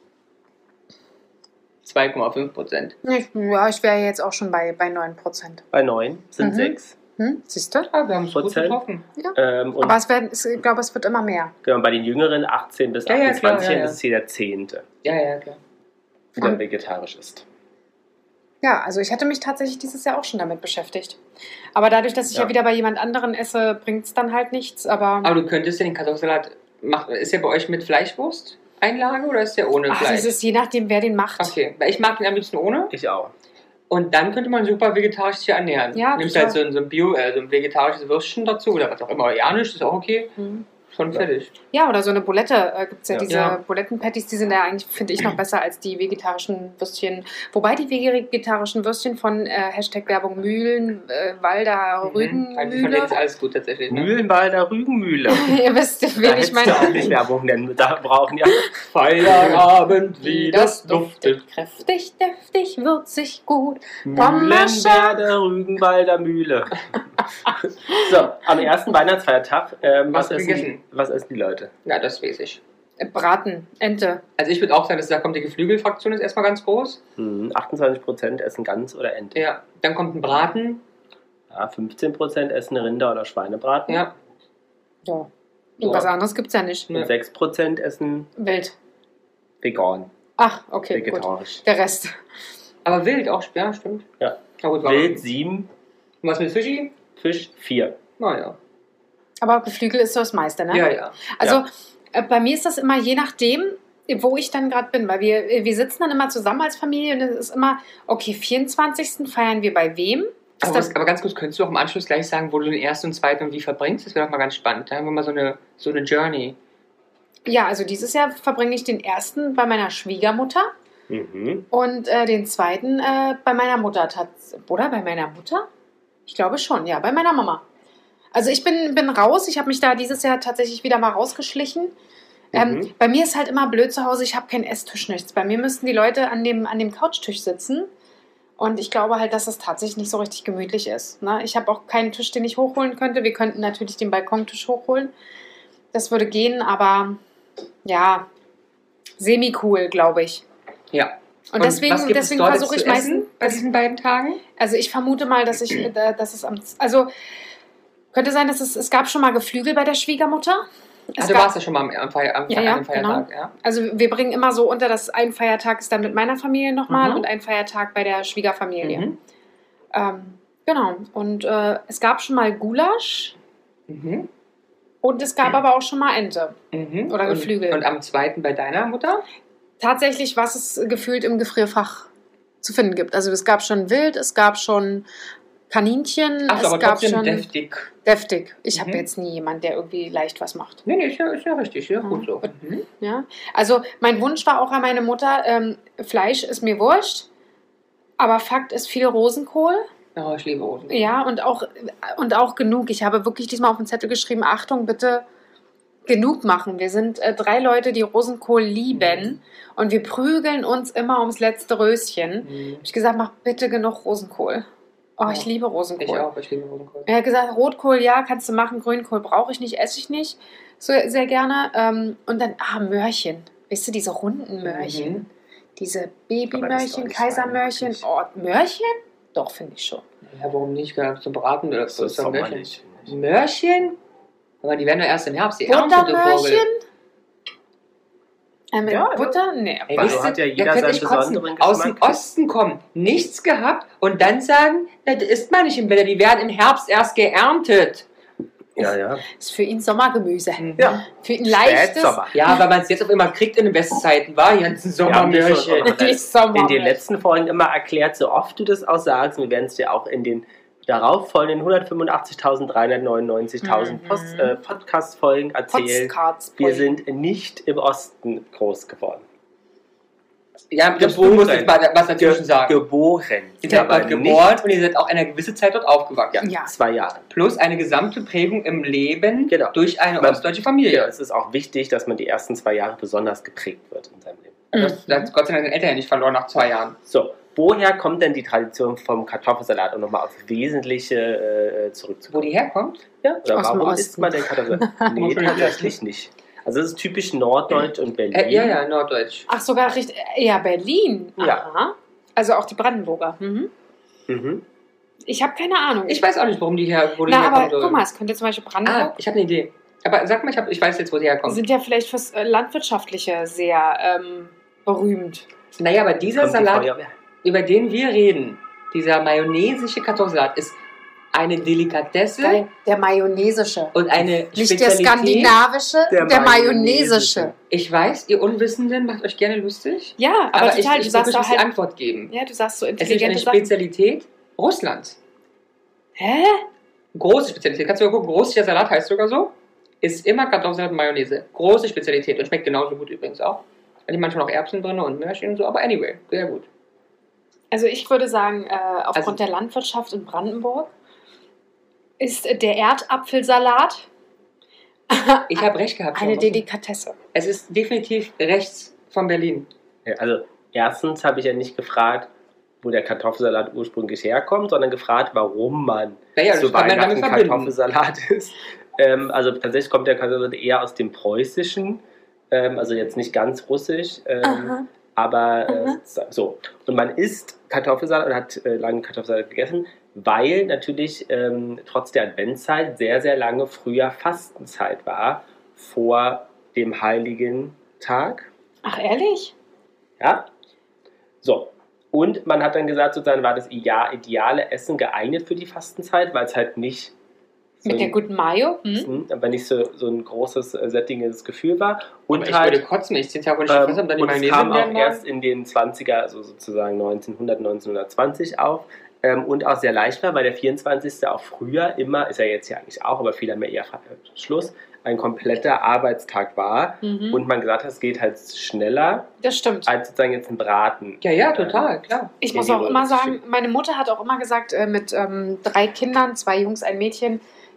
zwei Komma fünf Prozent. Ich, ja, ich wäre jetzt auch schon bei, bei neun Prozent. Bei neun sind Mhm. sechs. Hm? Siehst du? Ja, wir haben es gut Prozent. getroffen. Ähm, und Aber es werden, es, ich glaube, es wird immer mehr. genau, bei den Jüngeren achtzehn bis Ja, ja, klar, achtundzwanzig, ja, ja. das ist jeder Zehnte, Ja, ja, klar. der Mhm. vegetarisch ist. Ja, also ich hatte mich tatsächlich dieses Jahr auch schon damit beschäftigt. Aber dadurch, dass ich ja, Ja. wieder bei jemand anderen esse, bringt es dann halt nichts. Aber Aber du könntest ja den Kartoffelsalat machen. Ist der bei euch mit Fleischwurst Einlage oder ist der ohne ach, Fleisch? es ist je nachdem, wer den macht. Okay, weil ich mag den am liebsten ohne. Ich auch. Und dann könnte man super vegetarisch sich ernähren. Ja, Nimmst total. halt so ein, so ein Bio, äh, so ein vegetarisches Würstchen dazu oder was auch immer, veganisch, ist auch okay. Mhm. Schon Ja. fertig. Ja, oder so eine Bulette äh, gibt es ja, Ja. diese Ja. Buletten-Patties, die sind ja eigentlich, finde ich, noch besser als die vegetarischen Würstchen. Wobei die vegetarischen Würstchen von äh, Hashtag Werbung Mühlen, äh, Walder, Mhm. Also von denen Rügenmühle. ist alles gut tatsächlich. Ne? Mühlenwalder Rügenmühle. Ihr wisst, Da wen ich hättest meine. du auch nicht Werbung nennen da brauchen. Ja. Feierabend, Wie das duftet, kräftig, deftig, würzig, gut. Mühlenwerder Rügenwalder Mühle. So, am ersten Weihnachtsfeiertag, ähm, was, Was essen, gegessen? was essen die Leute? Ja, das weiß ich. Äh, Braten, Ente. Also ich würde auch sagen, dass da kommt die Geflügelfraktion ist erstmal ganz groß. Hm, achtundzwanzig Prozent essen Gans oder Ente. Ja, dann kommt ein Braten. Ja, fünfzehn Prozent essen Rinder- oder Schweinebraten. Ja, Ja. Und was anderes gibt es ja nicht. Und sechs Prozent essen Wild. vegan, Ach, okay, gut. vegetarisch. Der Rest. aber wild auch, ja, stimmt. Ja. Na gut, war- Wild sieben, Und was mit Fischi? Fisch vier. Naja. Aber Geflügel ist so das meiste, ne? Ja, ja. Also Ja. äh, bei mir ist das immer je nachdem, wo ich dann gerade bin, weil wir, wir sitzen dann immer zusammen als Familie und es ist immer, okay, vierundzwanzigsten feiern wir bei wem? Ist Aber, das, was, aber ganz kurz, könntest du auch im Anschluss gleich sagen, wo du den ersten und zweiten und wie verbringst? Das wäre doch mal ganz spannend. Da haben wir mal so eine, so eine Journey. ja, also dieses Jahr verbringe ich den ersten bei meiner Schwiegermutter Mhm. und äh, den zweiten äh, bei meiner Mutter. Tats- Oder bei meiner Mutter? Ich glaube schon, ja, bei meiner Mama. Also ich bin, bin raus. Ich habe mich da dieses Jahr tatsächlich wieder mal rausgeschlichen. Ähm, Mhm. bei mir ist halt immer blöd zu Hause, ich habe keinen Esstisch, nichts. Bei mir müssten die Leute an dem, an dem Couchtisch sitzen. Und ich glaube halt, dass das tatsächlich nicht so richtig gemütlich ist. Ne? Ich habe auch keinen Tisch, den ich hochholen könnte. Wir könnten natürlich den Balkontisch hochholen. Das würde gehen, aber ja, semi-cool, glaube ich. Ja. Und, deswegen, was gibt es deswegen dort versuche jetzt ich zu meistens. essen bei diesen beiden Tagen? Also ich vermute mal, dass ich, äh, dass es am, also könnte sein, dass es, es gab schon mal Geflügel bei der Schwiegermutter. Es Also du gab, warst ja schon mal am, am, Feier, am, Ja, ja, am Feiertag, ja? also wir bringen immer so unter, dass ein Feiertag ist dann mit meiner Familie nochmal Mhm. und ein Feiertag bei der Schwiegerfamilie. Mhm. Ähm, genau. Und äh, es gab schon mal Gulasch Mhm. und es gab aber auch schon mal Ente. Mhm. Oder und, Geflügel. Und am zweiten bei deiner Mutter? Tatsächlich, was es gefühlt im Gefrierfach zu finden gibt. Also es gab schon Wild, es gab schon Kaninchen, Ach so, es aber gab trotzdem schon deftig. deftig. Ich habe Mhm. jetzt nie jemanden, der irgendwie leicht was macht. Nee, nee, ist ja, ist ja richtig, ja, gut so. Mhm. Ja? Also mein Wunsch war auch an meine Mutter, ähm, Fleisch ist mir wurscht, aber Fakt ist viel Rosenkohl. Oh, ich liebe Rosenkohl. Ja, und auch, und auch genug. Ich habe wirklich diesmal auf den Zettel geschrieben, Achtung, bitte genug machen. Wir sind äh, drei Leute, die Rosenkohl lieben Mhm. und wir prügeln uns immer ums letzte Röschen. Mhm. Hab ich gesagt, mach bitte genug Rosenkohl. Oh, ich Ja. liebe Rosenkohl. Ich auch, ich liebe Rosenkohl. Er hat gesagt, Rotkohl, ja, kannst du machen, Grünkohl brauche ich nicht, esse ich nicht so sehr gerne. Ähm, und dann, ah, Möhrchen. Weißt du, diese runden Möhrchen. Mhm. Diese Aber das ist doch Babymöhrchen, nicht Kaisermöhrchen. weihnachtlich. Oh, Möhrchen? Doch, finde ich schon. Ja, warum nicht? Gehört zum Braten oder Das ist zum Möhrchen. sommerlich. Möhrchen? Aber die werden ja erst im Herbst. Die erntet, du Vogel. Buttermöhrchen? Äh, mit Ja, ja. Butter? Nee. Ey, Also wisst ihr, hat ja da jeder könnte seinen ich kotzen. besonderen Aus dem Geschmack. Osten kommen, nichts gehabt und dann sagen, na, das isst man nicht im Winter, die werden im Herbst erst geerntet. Ja, ja. Ist für ihn Sommergemüse. Ja. Für ihn leichtes. Spätsommer. Ja, weil man es jetzt auf immer kriegt in den Westzeiten, war die ganzen Sommermöhrchen. Ja, Die Sommer. In den letzten Folgen immer erklärt, so oft du das auch sagst, wir werden es dir auch in den darauffolgenden hundertfünfundachtzigtausenddreihundertneunundneunzigtausend Mhm. Post- äh, Podcast-Folgen erzählen. Postcards. Wir sind nicht im Osten groß geworden. Ja, das Geboren. muss jetzt mal was dazwischen sagen. Geboren. Ihr seid aber dort geboren und ihr seid auch eine gewisse Zeit dort aufgewachsen. Nicht, ja, Ja. zwei Jahre. Plus eine gesamte Prägung im Leben Genau. durch eine Man- ostdeutsche Ja, Familie. es ist auch wichtig, dass man die ersten zwei Jahre besonders geprägt wird in seinem Leben. Das, das hat Gott sei Dank deine Eltern ja nicht verloren nach zwei Jahren. So, woher kommt denn die Tradition vom Kartoffelsalat, um nochmal aufs Wesentliche äh, Wo zurückzukommen? die herkommt? Ja, oder Aus dem warum Osten. isst man denn Kartoffelsalat? Nee, tatsächlich nicht. Also es ist typisch Norddeutsch und Berlin. Äh, ja, ja, Norddeutsch. Ach, sogar richtig. Ja, Berlin. Ja. Aha. Also auch die Brandenburger. Mhm. Mhm. Ich habe keine Ahnung. Ich weiß auch nicht, warum die her, wo die Na, herkommen aber sollen. guck mal, es könnte zum Beispiel Ah, Brandenburg. ich habe eine Idee. Aber sag mal, ich, hab, ich weiß jetzt, wo die Die herkommt. sind ja vielleicht fürs äh, Landwirtschaftliche sehr ähm, berühmt. Naja, aber dieser Kommt die Salat, Feuerwehr? über den wir reden, dieser mayonnaisische Kartoffelsalat, ist eine Delikatesse Geil. Der mayonnaisische. und eine Nicht der Spezialität. skandinavische, der, Der mayonnaisische. Ich weiß, ihr Unwissenden macht euch gerne lustig, Ja, aber, aber, total. ich, du ich sagst muss doch die halt. Antwort geben. Ja, du sagst so Es ist eine intelligente Sachen. Spezialität Russlands. Hä? Große Spezialität. Kannst du mal gucken, russischer Salat heißt sogar so. Ist immer Kartoffelsalat und Mayonnaise. Große Spezialität und schmeckt genauso gut übrigens auch. Da sind manchmal noch Erbsen drin und Möhrchen und so, aber anyway, sehr gut. Also ich würde sagen, äh, aufgrund Also- der Landwirtschaft in Brandenburg ist äh, der Erdapfelsalat Ich habe recht gehabt. eine schon. Delikatesse. Es ist definitiv rechts von Berlin. Ja, also erstens habe ich ja nicht gefragt, wo der Kartoffelsalat ursprünglich herkommt, sondern gefragt, warum man Naja, das zu kann man Weihnachten damit verbinden. Kartoffelsalat isst. Ähm, also tatsächlich kommt der Kartoffelsalat eher aus dem Preußischen, ähm, also jetzt nicht ganz russisch, ähm, Aha. aber äh, Mhm. so. Und man isst Kartoffelsalat und hat äh, lange Kartoffelsalat gegessen, weil natürlich ähm, trotz der Adventszeit sehr, sehr lange früher Fastenzeit war vor dem Heiligen Tag. Ach, ehrlich? Ja. So. Und man hat dann gesagt, sozusagen war das ida- ideale Essen geeignet für die Fastenzeit, weil es halt nicht so Mit der ein, guten Mayo? Hm? hm, aber nicht so, so ein großes, äh, sättigendes Gefühl war. Und Aber ich halt, würde kotzen, wenn ich zehn Tage nicht ähm, gefressen habe, dann die und es Mayonnaise kam auch werden erst in den zwanziger, also sozusagen neunzehnhundert, neunzehnhundertzwanzig auf. Ähm, und auch sehr leicht war, weil der vierundzwanzigste auch früher immer, ist ja jetzt ja eigentlich auch, aber viele haben ja eher äh, Schluss, ein kompletter Arbeitstag war. Mhm. Und man gesagt hat, es geht halt schneller Das stimmt. als sozusagen jetzt ein Braten. Ja, ja, total, klar. Ich in muss die auch Röhre immer zu sagen, schicken. meine Mutter hat auch immer gesagt, äh, mit ähm, drei Kindern, zwei Jungs, ein Mädchen,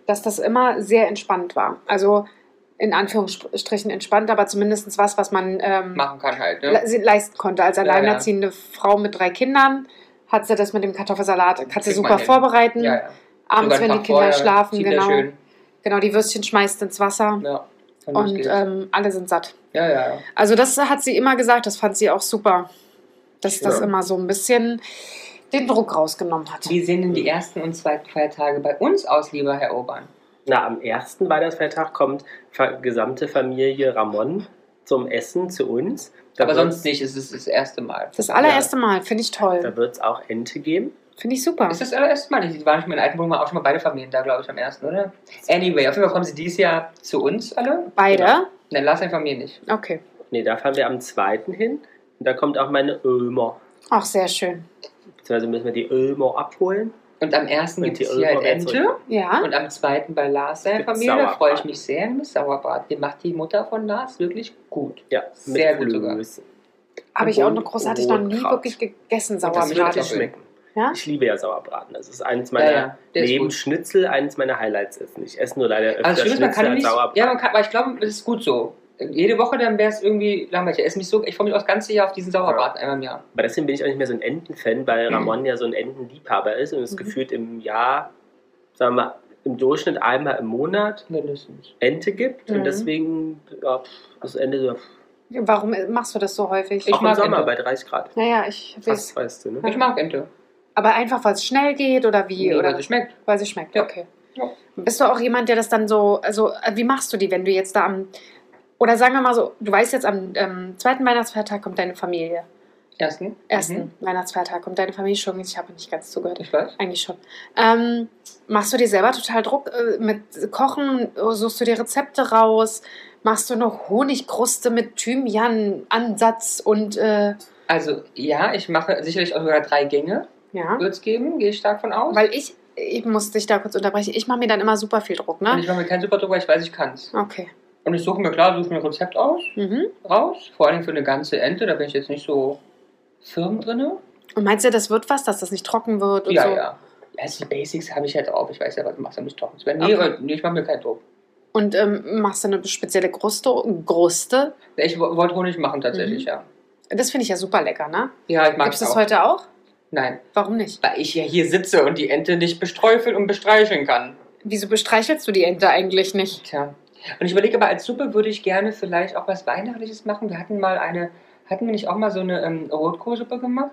dass das immer sehr entspannt war. Also in Anführungsstrichen entspannt, aber zumindest was, was man ähm, Machen kann halt, ne? le leisten konnte. Als Ja, alleinerziehende Frau mit drei Kindern hat sie das mit dem Kartoffelsalat, kann sie Kriegt super man hin. vorbereiten. Ja, ja. Abends, Sogar wenn die einen Tag Kinder vorher schlafen, zieht er genau. schön. Genau, die Würstchen schmeißt ins Wasser Ja, und los und geht's. ähm, alle sind satt. ja, ja, ja. Also das hat sie immer gesagt, das fand sie auch super, dass das Ja. immer so ein bisschen den Druck rausgenommen hat. Wie sehen denn die ersten und zweiten Feiertage bei uns aus, lieber Herr Obern? Na, am ersten Weihnachtsfeiertag kommt fa- gesamte Familie Ramon zum Essen zu uns. Da Aber wird's- sonst nicht, es ist das erste Mal. Das allererste Mal, finde ich toll. Da wird es auch Ente geben. Finde ich super. Ist das allererste Mal? Die waren schon in alten Wohnungen auch schon mal beide Familien da, glaube ich, am ersten, oder? Anyway, auf jeden Fall kommen sie dieses Jahr zu uns alle. Beide? Genau. Nein, lass eine Familie nicht. Okay. Nee, da fahren wir am zweiten hin. Und da kommt auch meine Ömer. Auch sehr schön. Beziehungsweise müssen wir die Ömer abholen. Und am ersten Und gibt die es hier halt Ölmer werden Ente. zurück. Ja. Und am zweiten bei Lars seine Gibt's Familie. Da freue ich Sauerbraten. mich sehr mit Sauerbraten. Den macht die Mutter von Lars wirklich gut. Ja, Sehr gut sogar. Klöße. Habe ich auch Und noch großartig noch nie Rotkraut. wirklich gegessen, Und das Das wird Sauerbraten. dir Sauerbraten. schmecken. Ja? Ich liebe ja Sauerbraten. Das ist eines meiner Ja, ja, der ist neben gut. Schnitzel eines meiner Highlights ist. Ich esse nur leider öfter Aber das Schlimme ist, man Schnitzel kann als nicht. Sauerbraten. Ja, man kann, aber ich glaube, das ist gut so. Jede Woche dann wäre es irgendwie langweilig. Ich esse mich so, ich freue mich auch das ganze Jahr auf diesen Sauerbraten einmal im Jahr. Aber deswegen bin ich auch nicht mehr so ein Entenfan, weil Ramon ja so ein Entenliebhaber ist und es Mhm. gefühlt im Jahr, sagen wir mal, im Durchschnitt einmal im Monat Mindestens. Ente gibt. Mhm. Und deswegen, ja, das Ende so. Warum machst du das so häufig? Ich Auch im mag Sommer Ente. bei dreißig Grad. Naja, ich Das weiß. weißt du, ne? Ich mag Ente. Aber einfach, weil es schnell geht oder wie? Nee, oder weil sie schmeckt. weil sie schmeckt. Ja. Okay. Ja. Bist du auch jemand, der das dann so, also äh, wie machst du die, wenn du jetzt da am, oder sagen wir mal so, du weißt jetzt am ähm, zweiten Weihnachtsfeiertag kommt deine Familie. Ersten. Ersten Mhm. Weihnachtsfeiertag kommt deine Familie schon. Ich habe nicht ganz zugehört. Ich weiß. Eigentlich schon. Ähm, machst du dir selber total Druck äh, mit Kochen? Suchst du dir Rezepte raus? Machst du noch Honigkruste mit Thymian-Ansatz und äh, Also, ja, ich mache sicherlich auch sogar drei Gänge. ja? Wird es geben, gehe ich stark von aus. Weil ich, ich muss dich da kurz unterbrechen, ich mache mir dann immer super viel Druck, Und ne? ich mache mir keinen Superdruck, weil ich weiß, ich kann es. Okay. Und ich suche mir, klar, suche mir ein Rezept aus, Mhm. raus. Vor allem für eine ganze Ente, da bin ich jetzt nicht so firm drin. Und meinst du, das wird was, dass das nicht trocken wird und Ja, so? ja. Also die Basics habe ich ja drauf. Ich weiß ja, was du machst, um nicht trocken zu werden. Nee, Okay. aber- nee, ich mache mir keinen Druck. Und ähm, machst du eine spezielle Kruste? Kruste? Ich wo- wollte Honig machen tatsächlich, Mhm. ja. Das finde ich ja super lecker, ne? Ja, ich mag Gibt es es das auch. heute auch? Nein, Warum nicht? weil ich ja hier sitze und die Ente nicht besträufeln und bestreicheln kann. Wieso bestreichelst du die Ente eigentlich nicht? Tja. Und ich überlege aber, als Suppe würde ich gerne vielleicht auch was Weihnachtliches machen. Wir hatten mal eine, hatten wir nicht auch mal so eine ähm, Rotkohlsuppe gemacht?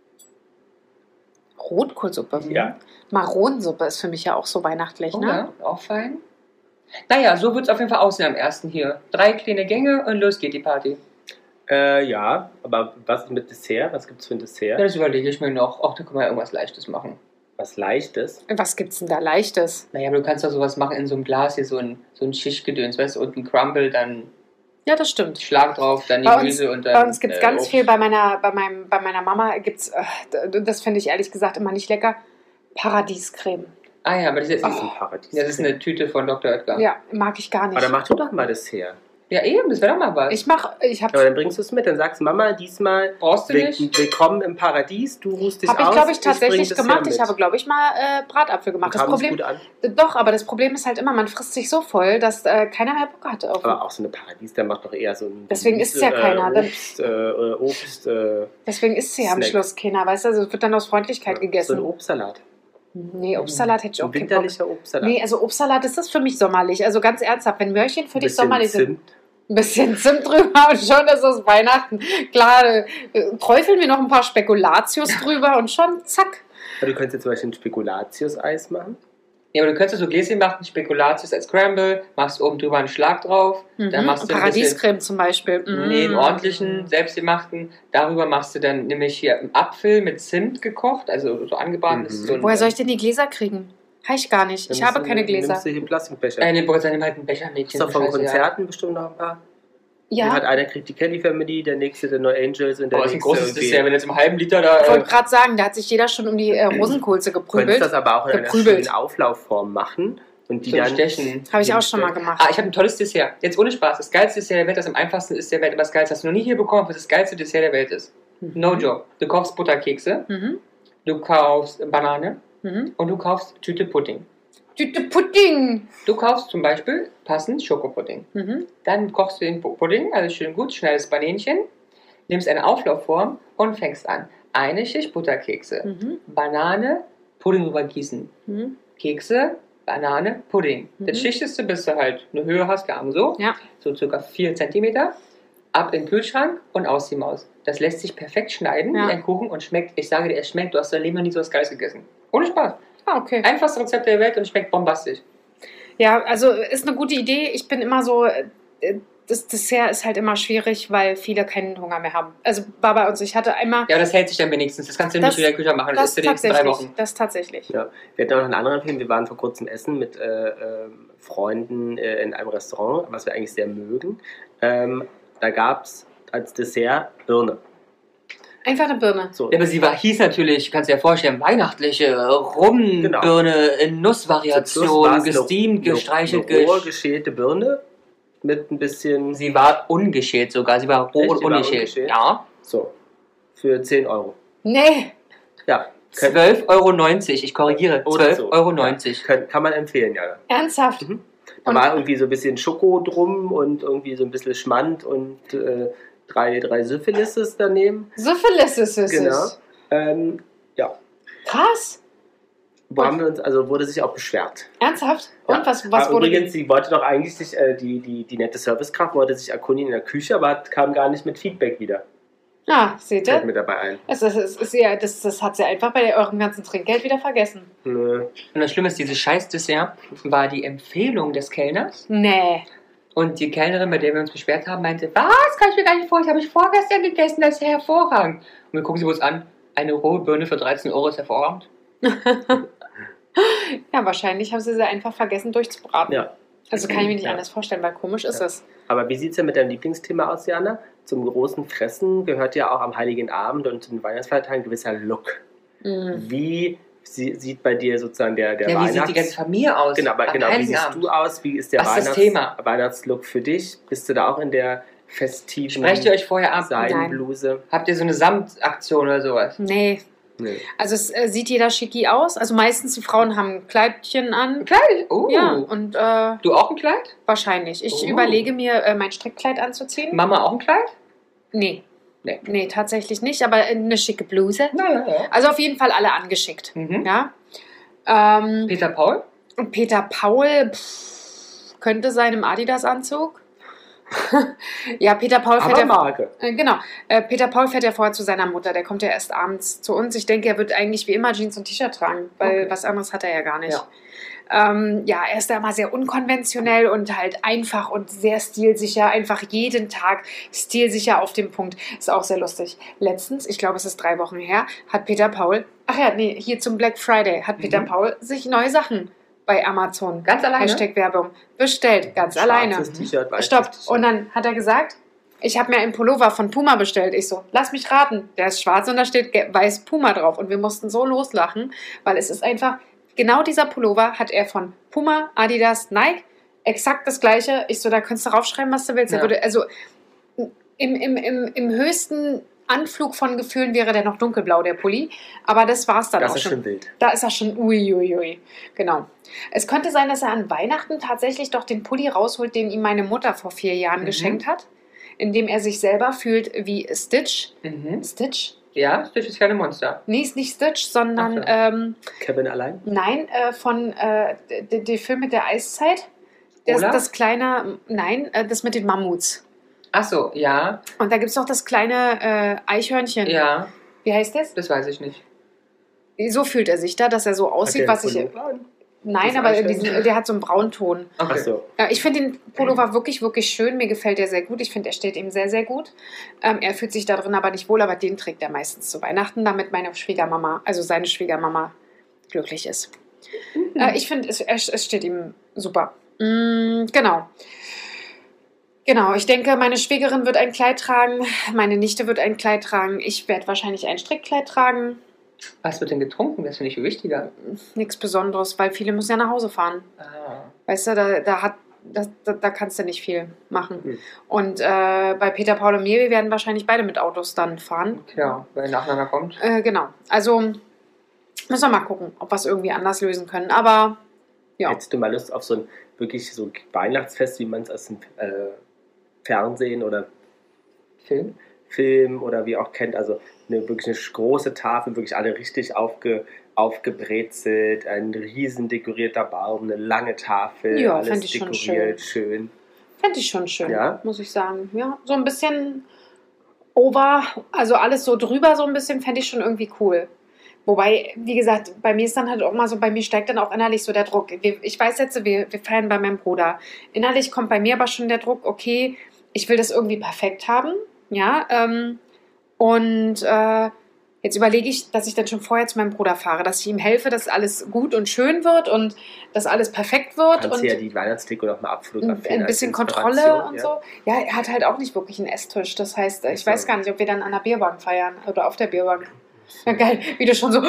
Rotkohlsuppe? Ja. Maronensuppe ist für mich ja auch so weihnachtlich, Oh, ne? ja, auch fein. Naja, so wird es auf jeden Fall aussehen am ersten hier. Drei kleine Gänge und los geht die Party. Äh, ja, aber was ist mit Dessert? Was gibt es für ein Ja, Dessert? das überlege ich mir noch. Auch da können wir ja irgendwas Leichtes machen. Was Leichtes? Was gibt's denn da Leichtes? Naja, aber du kannst doch sowas machen in so einem Glas hier, so ein, so ein Schichtgedöns, weißt du, und ein Crumble, dann Ja, das stimmt. Schlag drauf, dann Bei uns- Gemüse und dann. Bei uns gibt es äh, ganz Obst. viel, bei meiner, bei meinem, bei meiner Mama gibt's, äh, das finde ich ehrlich gesagt immer nicht lecker, Paradiescreme. Ah ja, aber das ist, Das ist jetzt, ein Paradies. das ist eine Tüte von Doktor Oetker. Ja, mag ich gar Aber dann nicht. mach du doch mal Dessert. Ja, eben, das wäre doch mal was. Ich mach, ich Aber habe dann bringst du es mit, dann sagst du, Mama, diesmal Brauchst du will- nicht? willkommen im Paradies, du ruhst dich Hab ich, aus. glaube ich, bring tatsächlich Dessert gemacht. mit. Ich habe, glaube ich, mal äh, Bratapfel gemacht. Das Kam es Problem, gut an. doch, aber das Problem ist halt immer, man frisst sich so voll, dass äh, keiner mehr Bock hatte auf. Aber auch so eine Paradies, der macht doch eher so ein Deswegen Gemüse, isst's ja keiner. Äh, Dann- Obst, äh, äh, Obst äh, Deswegen isst sie ja am Snack. Schluss keiner, weißt du? Also es wird dann aus Freundlichkeit so ein gegessen. Obstsalat. Nee, Obstsalat hätte ich auch Ein keinen Bock. winterlicher Obstsalat. Nee, also Obstsalat ist das für mich sommerlich. Also ganz ernsthaft, wenn Möhrchen für Ein dich bisschen sommerlich sind. Zimt. Ein bisschen Zimt drüber und schon ist es Weihnachten. Klar, äh, träufeln wir noch ein paar Spekulatius drüber und schon zack. Aber du könntest jetzt zum Beispiel ein Spekulatius-Eis machen. Ja, aber du könntest so Gläschen machen, Spekulatius als Scramble, machst oben drüber einen Schlag drauf, dann Mhm. machst du ein bisschen, Paradiescreme zum Beispiel. Mhm. nee, einen ordentlichen, selbstgemachten, darüber machst du dann nämlich hier einen Apfel mit Zimt gekocht, also so angebraten. Mhm. Das ist so ein, Woher soll ich denn die Gläser kriegen? Habe ich gar nicht. Ich Dann habe nimmst du- keine Gläser. Nimmst du hier Plastikbecher. Äh, nee, Bruder, dann nimm halt ein Ist Bechermädchen. doch von Scheiße, ja. Konzerten bestimmt noch ein paar. Dann Ja, hat einer kriegt die Kelly Family, der nächste der No Angels und der Aber es ist ein nächste großes irgendwie- Dessert, wenn jetzt im halben Liter da. ich Äh, wollte gerade sagen, da hat sich jeder schon um die äh, Rosenkohlze Du könntest geprügelt. das aber auch in einer Geprügelt. schönen Auflaufform machen und die so dann stechen. Habe ich auch schon mal gemacht. Ah, ich habe ein tolles Dessert. Jetzt ohne Spaß. Das geilste Dessert der Welt, das am einfachsten ist der Welt, aber das geilste hast du noch nie hier bekommen, was das geilste Dessert der Welt ist. No joke. Du kaufst Butterkekse, Mhm. du kaufst Banane Mhm. und du kaufst Tüte Pudding. Tüte Pudding. Du kaufst zum Beispiel passend Schokopudding. Mhm. Dann kochst du den Pudding, also schön gut, schneidest Banänchen, nimmst eine Auflaufform und fängst an. Eine Schicht Butterkekse, Mhm. Banane, Pudding übergießen. Mhm. Kekse, Banane, Pudding. Mhm. Das schichtest du, bis du halt eine Höhe hast, gar so. Ja. So circa vier Zentimeter. Ab in den Kühlschrank und aus die Maus. Das lässt sich perfekt schneiden Ja. wie ein Kuchen und schmeckt, ich sage dir, es schmeckt, du hast dein Leben noch nie so was Geiles gegessen. Ohne Spaß. Ah, okay. Einfachstes Rezept der Welt und schmeckt bombastisch. Ja, also ist eine gute Idee. Ich bin immer so, äh, das Dessert ist halt immer schwierig, weil viele keinen Hunger mehr haben. Also war bei uns, ich hatte einmal, Ja, das hält sich dann wenigstens. Das kannst du Das- nicht wieder in den Kühlschrank machen. Das, das ist für die nächsten drei tatsächlich, Wochen. das tatsächlich. Ja. Wir hatten auch noch einen anderen Film. Wir waren vor kurzem essen mit äh, äh, Freunden äh, in einem Restaurant, was wir eigentlich sehr mögen. Ähm, da gab es als Dessert Birne. Einfach eine Birne. So. Ja, aber sie war, hieß natürlich, kannst du dir vorstellen, weihnachtliche Rumbirne Genau. in Zum Nussvariation, Schluss war's gesteamt, eine- gestreichelt, eine roh gesch geschälte Birne mit ein bisschen. Sie war ungeschält sogar, sie war roh Echt? und Sie war ungeschält. ungeschält? Ja. So. Für zehn Euro. Nee. Ja. Könnt- zwölf Euro neunzig, ich korrigiere, oder zwölf so. Euro neunzig. Ja, kann, kann man empfehlen, ja. Ernsthaft. Mhm. Da Und- war irgendwie so ein bisschen Schoko drum und irgendwie so ein bisschen Schmand und äh, drei, drei Syphilises daneben. Syphilis ist es. Genau. Ähm, ja. Krass. Wo Und- haben wir uns, also wurde sich auch beschwert. Ernsthaft? Und Ja. was, was Aber wurde... übrigens, sie wollte doch eigentlich sich, äh, die, die, die nette Servicekraft wollte sich erkundigen in der Küche, aber hat- kam gar nicht mit Feedback wieder. Ah, seht Fällt ihr? mir dabei ein. Es ist, es ist ja, das, das hat sie einfach bei eurem ganzen Trinkgeld wieder vergessen. Nö. Und das Schlimme ist, dieses Scheiß-Dessert war die Empfehlung des Kellners. Nee. Und die Kellnerin, bei der wir uns beschwert haben, meinte, was, kann ich mir gar nicht vorstellen, habe ich vorgestern gegessen, das ist ja hervorragend. Und wir gucken sie uns an, eine rohe Birne für dreizehn Euro ist hervorragend. Ja, wahrscheinlich haben sie sie einfach vergessen durchzubraten. Ja. Also kann ich mir nicht Ja. anders vorstellen, weil komisch ist Ja. es. Aber wie sieht es denn mit deinem Lieblingsthema aus, Jana? Zum großen Fressen gehört ja auch am Heiligen Abend und zu den Weihnachtsfeiertagen ein gewisser Look. Mhm. Wie sie, sieht bei dir sozusagen der, der Ja, wie Weihnachts... sieht die ganze Familie aus? Genau, aber am genau. Wie Heiligen siehst Abend? du aus? Wie ist der Was ist das Weihnachts Thema? Weihnachtslook für dich? Bist du da auch in der festiven Sprecht ihr euch vorher ab? Seidenbluse? Habt ihr so eine Samtaktion oder sowas? Nee. Nee. Also es äh, sieht jeder schicki aus. Also meistens die Frauen haben ein Kleidchen an. Ein Kleid? Oh. Ja, und äh, Du auch ein Kleid? wahrscheinlich. Ich Oh. überlege mir, äh, mein Strickkleid anzuziehen. Mama auch ein Kleid? Nee. Nee. Nee, tatsächlich nicht, aber eine schicke Bluse. Naja, ja. Also auf jeden Fall alle angeschickt. Mhm. Ja. Ähm, Peter Paul? und Peter Paul pff, könnte sein im Adidas-Anzug. Ja, Peter Paul fährt Aber ja, Marke. äh, genau. Äh, Peter Paul fährt ja vorher zu seiner Mutter. Der kommt ja erst abends zu uns. Ich denke, er wird eigentlich wie immer Jeans und T-Shirt tragen, weil Okay. was anderes hat er ja gar nicht. Ja. Ähm, ja, er ist da immer sehr unkonventionell und halt einfach und sehr stilsicher. Einfach jeden Tag stilsicher auf dem Punkt. Ist auch sehr lustig. Letztens, ich glaube, es ist drei Wochen her, hat Peter Paul, ach ja, nee, hier zum Black Friday, hat Peter Mhm. Paul sich neue Sachen bei Amazon, Ganz alleine? Hashtag Werbung, bestellt. Ganz alleine. Schwarzes T-Shirt, weißes Stopp. T-Shirt. Und dann hat er gesagt, ich habe mir einen Pullover von Puma bestellt. Ich so, lass mich raten. Der ist schwarz und da steht ge- weiß Puma drauf. Und wir mussten so loslachen, weil es ist einfach, genau dieser Pullover hat er von Puma, Adidas, Nike, exakt das gleiche. Ich so, da kannst du raufschreiben, was du willst. Er Ja. würde, also im, im, im, im höchsten Anflug von Gefühlen wäre der noch dunkelblau, der Pulli. Aber das war's dann Das auch ist schon. schon wild. Da ist er schon uiuiui. Ui, ui. Genau. Es könnte sein, dass er an Weihnachten tatsächlich doch den Pulli rausholt, den ihm meine Mutter vor vier Jahren Mhm. geschenkt hat, in dem er sich selber fühlt wie Stitch. Mhm. Stitch? Ja, Stitch ist keine Monster. Nee, ist nicht Stitch, sondern Ach so. ähm, Kevin allein? nein, äh, von äh, der de Film mit der Eiszeit. Das, Olaf? das kleine, nein, äh, das mit den Mammuts. Ach so, ja, Und da gibt es noch das kleine äh, Eichhörnchen. ja, Wie heißt das? das weiß ich nicht. So fühlt er sich da, dass er so aussieht, was ich. Nein, Das aber Eichhörnchen? diesen, der hat so einen Braunton. Okay. Ach so. Ja, ich finde den Pullover wirklich, wirklich schön. Mir gefällt er sehr gut. Ich finde, er steht ihm sehr, sehr gut. Ähm, er fühlt sich da drin aber nicht wohl, aber den trägt er meistens zu Weihnachten, damit meine Schwiegermama, also seine Schwiegermama, glücklich ist. Mhm. Äh, ich finde, es, es es steht ihm super. Mm, genau. Genau, ich denke, meine Schwägerin wird ein Kleid tragen, meine Nichte wird ein Kleid tragen, ich werde wahrscheinlich ein Strickkleid tragen. Was wird denn getrunken? Das finde ich viel wichtiger. Nichts Besonderes, weil viele müssen ja nach Hause fahren. Ah. Weißt du, da, da, hat, das, da, da kannst du nicht viel machen. Hm. Und äh, bei Peter, Paul und mir, wir werden wahrscheinlich beide mit Autos dann fahren. Ja, weil er nacheinander kommt. Äh, genau. Also müssen wir mal gucken, ob wir es irgendwie anders lösen können. Aber Ja. Hättest du mal Lust auf so ein wirklich so Weihnachtsfest, wie man es aus dem äh, Fernsehen oder Film? Film oder wie auch kennt, also eine wirklich eine große Tafel, wirklich alle richtig aufge, aufgebrezelt, ein riesen dekorierter Baum, eine lange Tafel, Ja, alles fänd ich schon dekoriert, schön. Fände ich schon schön, Ja? muss ich sagen. Ja, so ein bisschen over, also alles so drüber so ein bisschen, fände ich schon irgendwie cool. Wobei, wie gesagt, bei mir ist dann halt auch mal so, bei mir steigt dann auch innerlich so der Druck. Wir, ich weiß jetzt, wir, wir feiern bei meinem Bruder. Innerlich kommt bei mir aber schon der Druck, okay, ich will das irgendwie perfekt haben, ja, ähm, und äh, jetzt überlege ich, dass ich dann schon vorher zu meinem Bruder fahre, dass ich ihm helfe, dass alles gut und schön wird und dass alles perfekt wird. Kannst und du ja die Weihnachtsdeko noch mal abfotografieren. ein bisschen als Kontrolle Inspiration, und ja. so. Ja, er hat halt auch nicht wirklich einen Esstisch. Das heißt, ich so. weiß gar nicht, ob wir dann an der Bierbank feiern oder auf der Bierbank. Ja, geil, wie du schon so.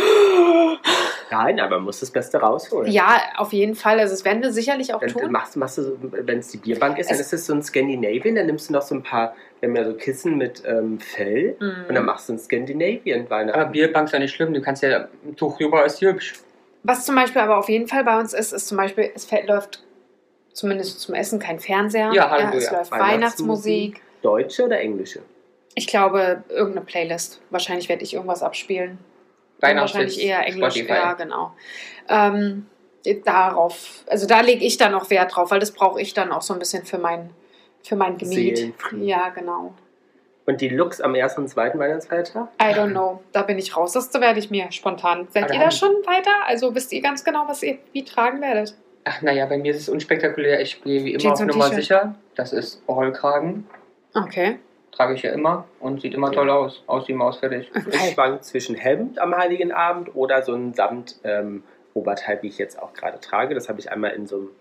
Nein, aber man muss das Beste rausholen. Ja, auf jeden Fall. Also, das werden wir sicherlich auch Dann tun. machst, machst du, so- wenn es die Bierbank ist, dann Es- ist es so ein Scandinavian, dann nimmst du noch so ein paar, wir haben ja so Kissen mit ähm, Fell Mhm. und dann machst du ein Scandinavian Weihnachten. Aber Bierbank ist ja nicht schlimm, du kannst ja ein Tuch rüber, ist hübsch. Was zum Beispiel aber auf jeden Fall bei uns ist, ist zum Beispiel, es fällt- läuft zumindest zum Essen kein Fernseher. Ja, Halleluja. es läuft Weihnachtsmusik. Deutsche oder englische? Ich glaube, irgendeine Playlist. Wahrscheinlich werde ich irgendwas abspielen. Weihnachts- Wahrscheinlich eher Englisch. Spotify. Ja, genau. Ähm, darauf, also da lege ich dann auch Wert drauf, weil das brauche ich dann auch so ein bisschen für mein, für mein Gemüt. Seelenfrieden. Ja, genau. Und die Looks am ersten und zweiten Weihnachtsfeiertag? I don't know. Da bin ich raus. Das werde ich mir spontan. Seid Aber ihr da da haben- schon weiter? Also wisst ihr ganz genau, was ihr wie tragen werdet? Ach, naja, bei mir ist es unspektakulär. Ich gehe wie immer Jeans auf und Nummer T-Shirt. sicher. Das ist Rollkragen. Okay. Trage ich ja immer und sieht immer toll aus. Aus wie Maus fertig. Ich okay. schwank zwischen Hemd am Heiligen Abend oder so ein Samt ähm, Oberteil, wie ich jetzt auch gerade trage. Das habe ich einmal in so einem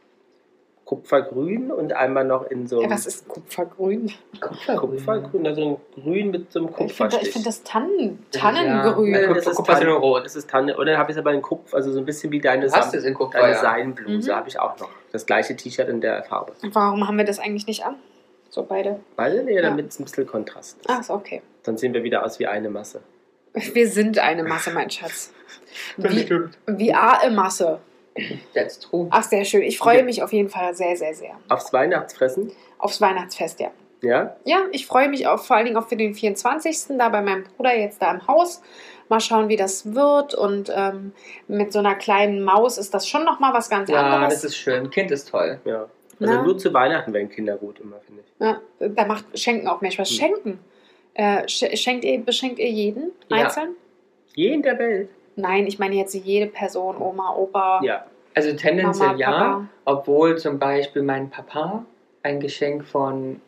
Kupfergrün und einmal noch in so Ja, einem was ist Kupfergrün? Kupfergrün, also ein Grün mit so einem Ich finde Kupferstich. ich find das Tannen, Das ist Tannengrün. ja- Äh, Kupfer- das ist Kupfer ist ja nur Tanne, rot. Das ist Tanne. Und dann habe ich es aber in Kupfer, also so ein bisschen wie deine, Du hast Sam- es in Kupfer, deine ja. Seidenbluse Mhm. habe ich auch noch. Das gleiche T-Shirt in der Farbe. Warum haben wir das eigentlich nicht an? So beide. Weil, nee, Ja. damit es ein bisschen Kontrast ist. Ach, ist okay. Sonst sehen wir wieder aus wie eine Masse. Wir sind eine Masse, mein Schatz. Das Wie, stimmt. wie eine Masse. That's true. Ach, sehr schön. Ich freue mich auf jeden Fall sehr, sehr, sehr. Aufs Weihnachtsfressen, Aufs Weihnachtsfest, ja. ja? Ja, ich freue mich auf, vor allen Dingen auch für den vierundzwanzigsten da bei meinem Bruder jetzt da im Haus. Mal schauen, wie das wird. Und ähm, mit so einer kleinen Maus ist das schon nochmal was ganz Ja, anderes. das ist schön. Kind ist toll. Ja. Also Na? nur zu Weihnachten werden Kinder gut immer, finde ich. Ja, da macht Schenken auch mehr Spaß. Hm. Schenken. Äh, sch- schenkt ihr, beschenkt ihr jeden Ja. einzeln? Jeden der Welt. Nein, ich meine jetzt jede Person, Oma, Opa, Ja. Also tendenziell Mama, ja, Papa. obwohl zum Beispiel mein Papa ein Geschenk von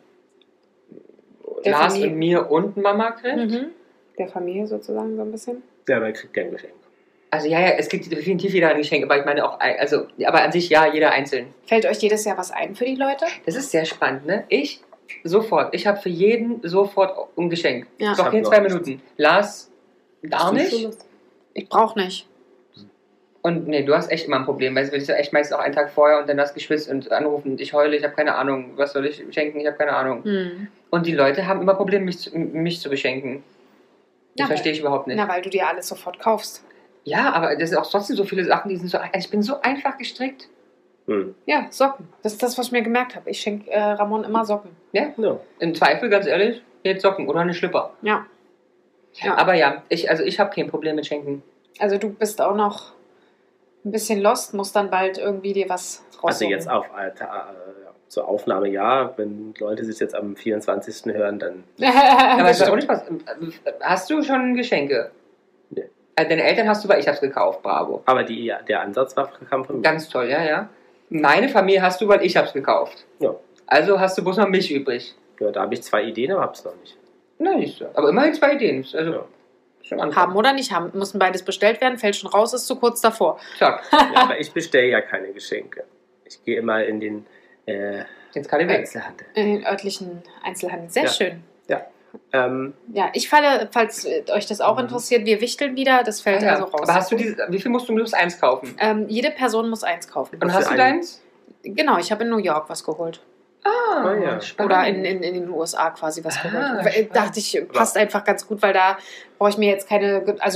Der Lars Familie. und mir und Mama kriegt. Mhm. Der Familie sozusagen so ein bisschen. Ja, man kriegt ja ein Geschenk. Also ja, ja, es gibt definitiv jeder ein Geschenk, aber ich meine auch, ein- also, aber an sich ja, jeder einzeln. Fällt euch jedes Jahr was ein für die Leute? Das ist sehr spannend, ne? Ich sofort, ich habe für jeden sofort ein Geschenk. Ja. Doch hab in noch zwei nichts. Minuten. Lars gar Hast du nicht. schon was? Ich brauche nicht. Und nee, du hast echt immer ein Problem, weil du bist ja echt meistens auch einen Tag vorher und dann hast geschwitzt und anrufen, ich heule, ich habe keine Ahnung, was soll ich schenken, ich habe keine Ahnung. Hm. Und die Leute haben immer Probleme, mich zu, mich zu beschenken. Das Ja, verstehe ich überhaupt nicht. Na, weil du dir alles sofort kaufst. Ja, aber das sind auch trotzdem so viele Sachen, die sind so, also ich bin so einfach gestrickt. Hm. Ja, Socken. Das ist das, was ich mir gemerkt habe. Ich schenke äh, Ramon immer Socken. Ja, Ja. im Zweifel, ganz ehrlich, jetzt Socken oder eine Schlipper. Ja. Ja. Aber ja, ich, also ich habe kein Problem mit Schenken. Also du bist auch noch ein bisschen lost, musst dann bald irgendwie dir was raussuchen. Also jetzt auf äh, zur Aufnahme, ja. Wenn Leute sich jetzt am vierundzwanzigsten hören, dann Aber das es ist auch stimmt. nicht was. Hast du schon Geschenke? Nee. Äh, Deine Eltern hast du, weil ich hab's gekauft, bravo. aber die, ja, der Ansatz war, kam von mir. Ganz toll, ja, ja. Meine Familie hast du, weil ich hab's gekauft. Ja. Also hast du bloß noch mich übrig. Ja, da habe ich zwei Ideen, aber hab's noch nicht. Na, siehst du. Aber immerhin zwei Ideen. Also, Ja. schon Anfang. Haben oder nicht haben. Müssen beides bestellt werden, fällt schon raus, ist zu kurz davor. Zack. Ja, aber ich bestelle ja keine Geschenke. Ich gehe immer in den äh, Jetzt kann ich weg. Einzelhandel. In den örtlichen Einzelhandel. Sehr Ja. schön. Ähm, Ja, ich falle, falls äh, euch das auch Mhm. interessiert, wir wichteln wieder, das Ah, fällt ja. also raus. Aber hast du diese, wie viel musst du bloß eins kaufen? Ähm, jede Person muss eins kaufen. Und Was hast für du einen? deins? Genau, ich habe in New York was geholt. Ah, Oh ja. spannend. Oder in, in, in den U S A quasi was Ah, geholt. Weil, spannend. dachte ich, passt einfach ganz gut, weil da brauche ich mir jetzt keine, also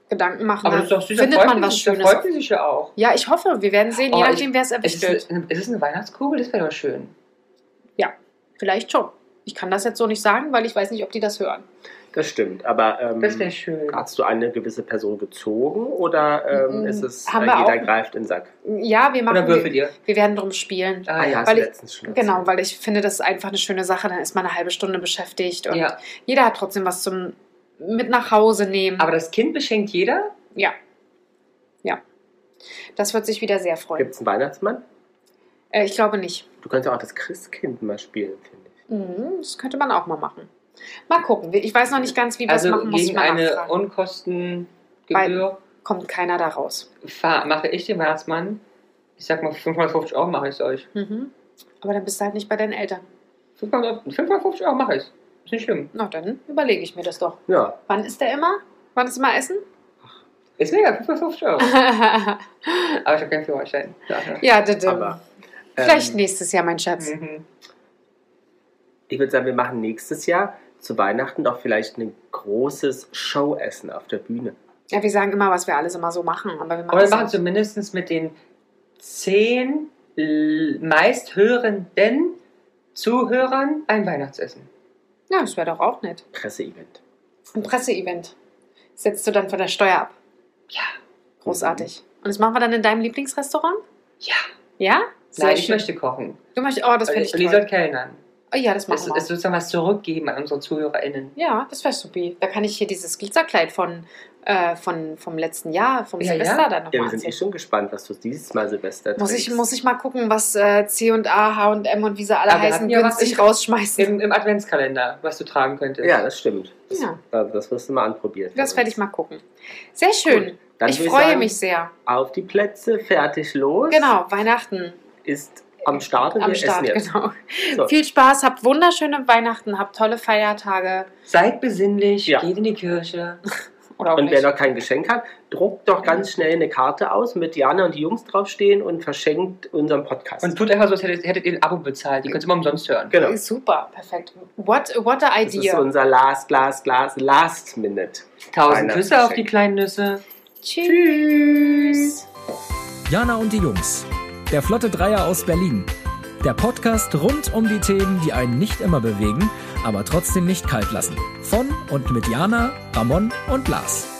Gedanken machen, Aber dann das ist doch süß, findet da man freut was sich- da Schönes. freut sie sich ja auch. Ja, ich hoffe, wir werden sehen, je Oh, nachdem, wer es Ist erwischt. es, ist es eine Weihnachtskugel? Das wäre doch schön. Ja, vielleicht schon. Ich kann das jetzt so nicht sagen, weil ich weiß nicht, ob die das hören. Das stimmt, aber ähm, Das wäre schön. hast du eine gewisse Person gezogen oder ähm, Mm, ist es, haben äh, wir jeder auch. greift in den Sack? Ja, wir machen. Oder würfelt ihr? Wir werden drum spielen. Ah, Ah ja, ja. hast weil du ich- letztens schon erzählt. Genau, weil ich finde, das ist einfach eine schöne Sache. Dann ist man eine halbe Stunde beschäftigt und Ja. jeder hat trotzdem was zum mit nach Hause nehmen. Aber das Kind beschenkt jeder? ja. Ja. Das wird sich wieder sehr freuen. Gibt es einen Weihnachtsmann? Äh, ich glaube nicht. Du kannst ja auch das Christkind mal spielen, finde ich. Mhm, das könnte man auch mal machen. Mal gucken. Ich weiß noch nicht ganz, wie wir es Also machen, muss ich gegen mal eine nachfragen. Unkostengebühr Kommt keiner da raus. fahr- mache ich den Weihnachtsmann. Ich sag mal, fünfhundertfünfzig Euro mache ich es euch. Mhm. Aber dann bist du halt nicht bei deinen Eltern. fünfhundertfünfzig Euro mache ich es. Ist nicht schlimm. Na, dann überlege ich mir das doch. Ja, Wann ist der immer? Wann ist immer Essen? Ist mega, fünfhundertfünfzig Euro. Aber ich habe keinen Führerschein. Daher. ja, das, ähm, aber vielleicht ähm, nächstes Jahr, mein Schatz. Mhm. ich würde sagen, wir machen nächstes Jahr zu Weihnachten doch vielleicht ein großes Showessen auf der Bühne. Ja, wir sagen immer, was wir alles immer so machen. Aber wir machen Aber wir es machen halt- zumindest mit den zehn l- meisthörenden Zuhörern ein Weihnachtsessen. Ja, das wäre doch auch nett. Presseevent. Ein Presseevent. Setzt du dann von der Steuer ab. Ja. Großartig. Und das machen wir dann in deinem Lieblingsrestaurant? Ja. Ja? Sehr Nein, ich schön. möchte kochen. Du möchtest, oh, das finde ich Und ihr toll. sollt kellnern. Oh, ja, das Es machen es wir. ist sozusagen was zurückgeben an unsere ZuhörerInnen. Ja, das wäre supi. Da kann ich hier dieses Glitzerkleid von, äh, von, vom letzten Jahr, vom Ja, Silvester, ja. dann nochmal Ja, wir sind eh anziehen. schon gespannt, was du dieses Mal Silvester Muss trägst. ich, muss ich mal gucken, was äh, C und A, H und M und wie sie alle Aber wir heißen, hatten ja was günstig im- rausschmeißen. Im, Im Adventskalender, was du tragen könntest. Ja, das stimmt. Das, Ja. das, das wirst du mal anprobieren. Das werde ich mal gucken. Sehr schön. Gut, dann Ich würde ich freue sagen, mich sehr. Auf die Plätze, fertig, los. Genau, Weihnachten Ist am Start und am wir Start, essen jetzt. genau. So. Viel Spaß, habt wunderschöne Weihnachten, habt tolle Feiertage. Seid besinnlich, Ja. geht in die Kirche. Oder auch Und wer nicht. noch kein Geschenk hat, druckt doch ganz schnell eine Karte aus, mit Jana und die Jungs draufstehen und verschenkt unseren Podcast. Und tut einfach so, als hättet, hättet ihr ein Abo bezahlt. Die könnt ihr immer umsonst hören. genau. Super, perfekt. What, what a Das ist idea. unser Last, Last, Last, Last Minute. Tausend Küsse auf Weihnachtsgeschenk. die kleinen Nüsse. Tschüss. Jana und die Jungs. Der Flotte Dreier aus Berlin. Der Podcast rund um die Themen, die einen nicht immer bewegen, aber trotzdem nicht kalt lassen. Von und mit Jana, Ramon und Lars.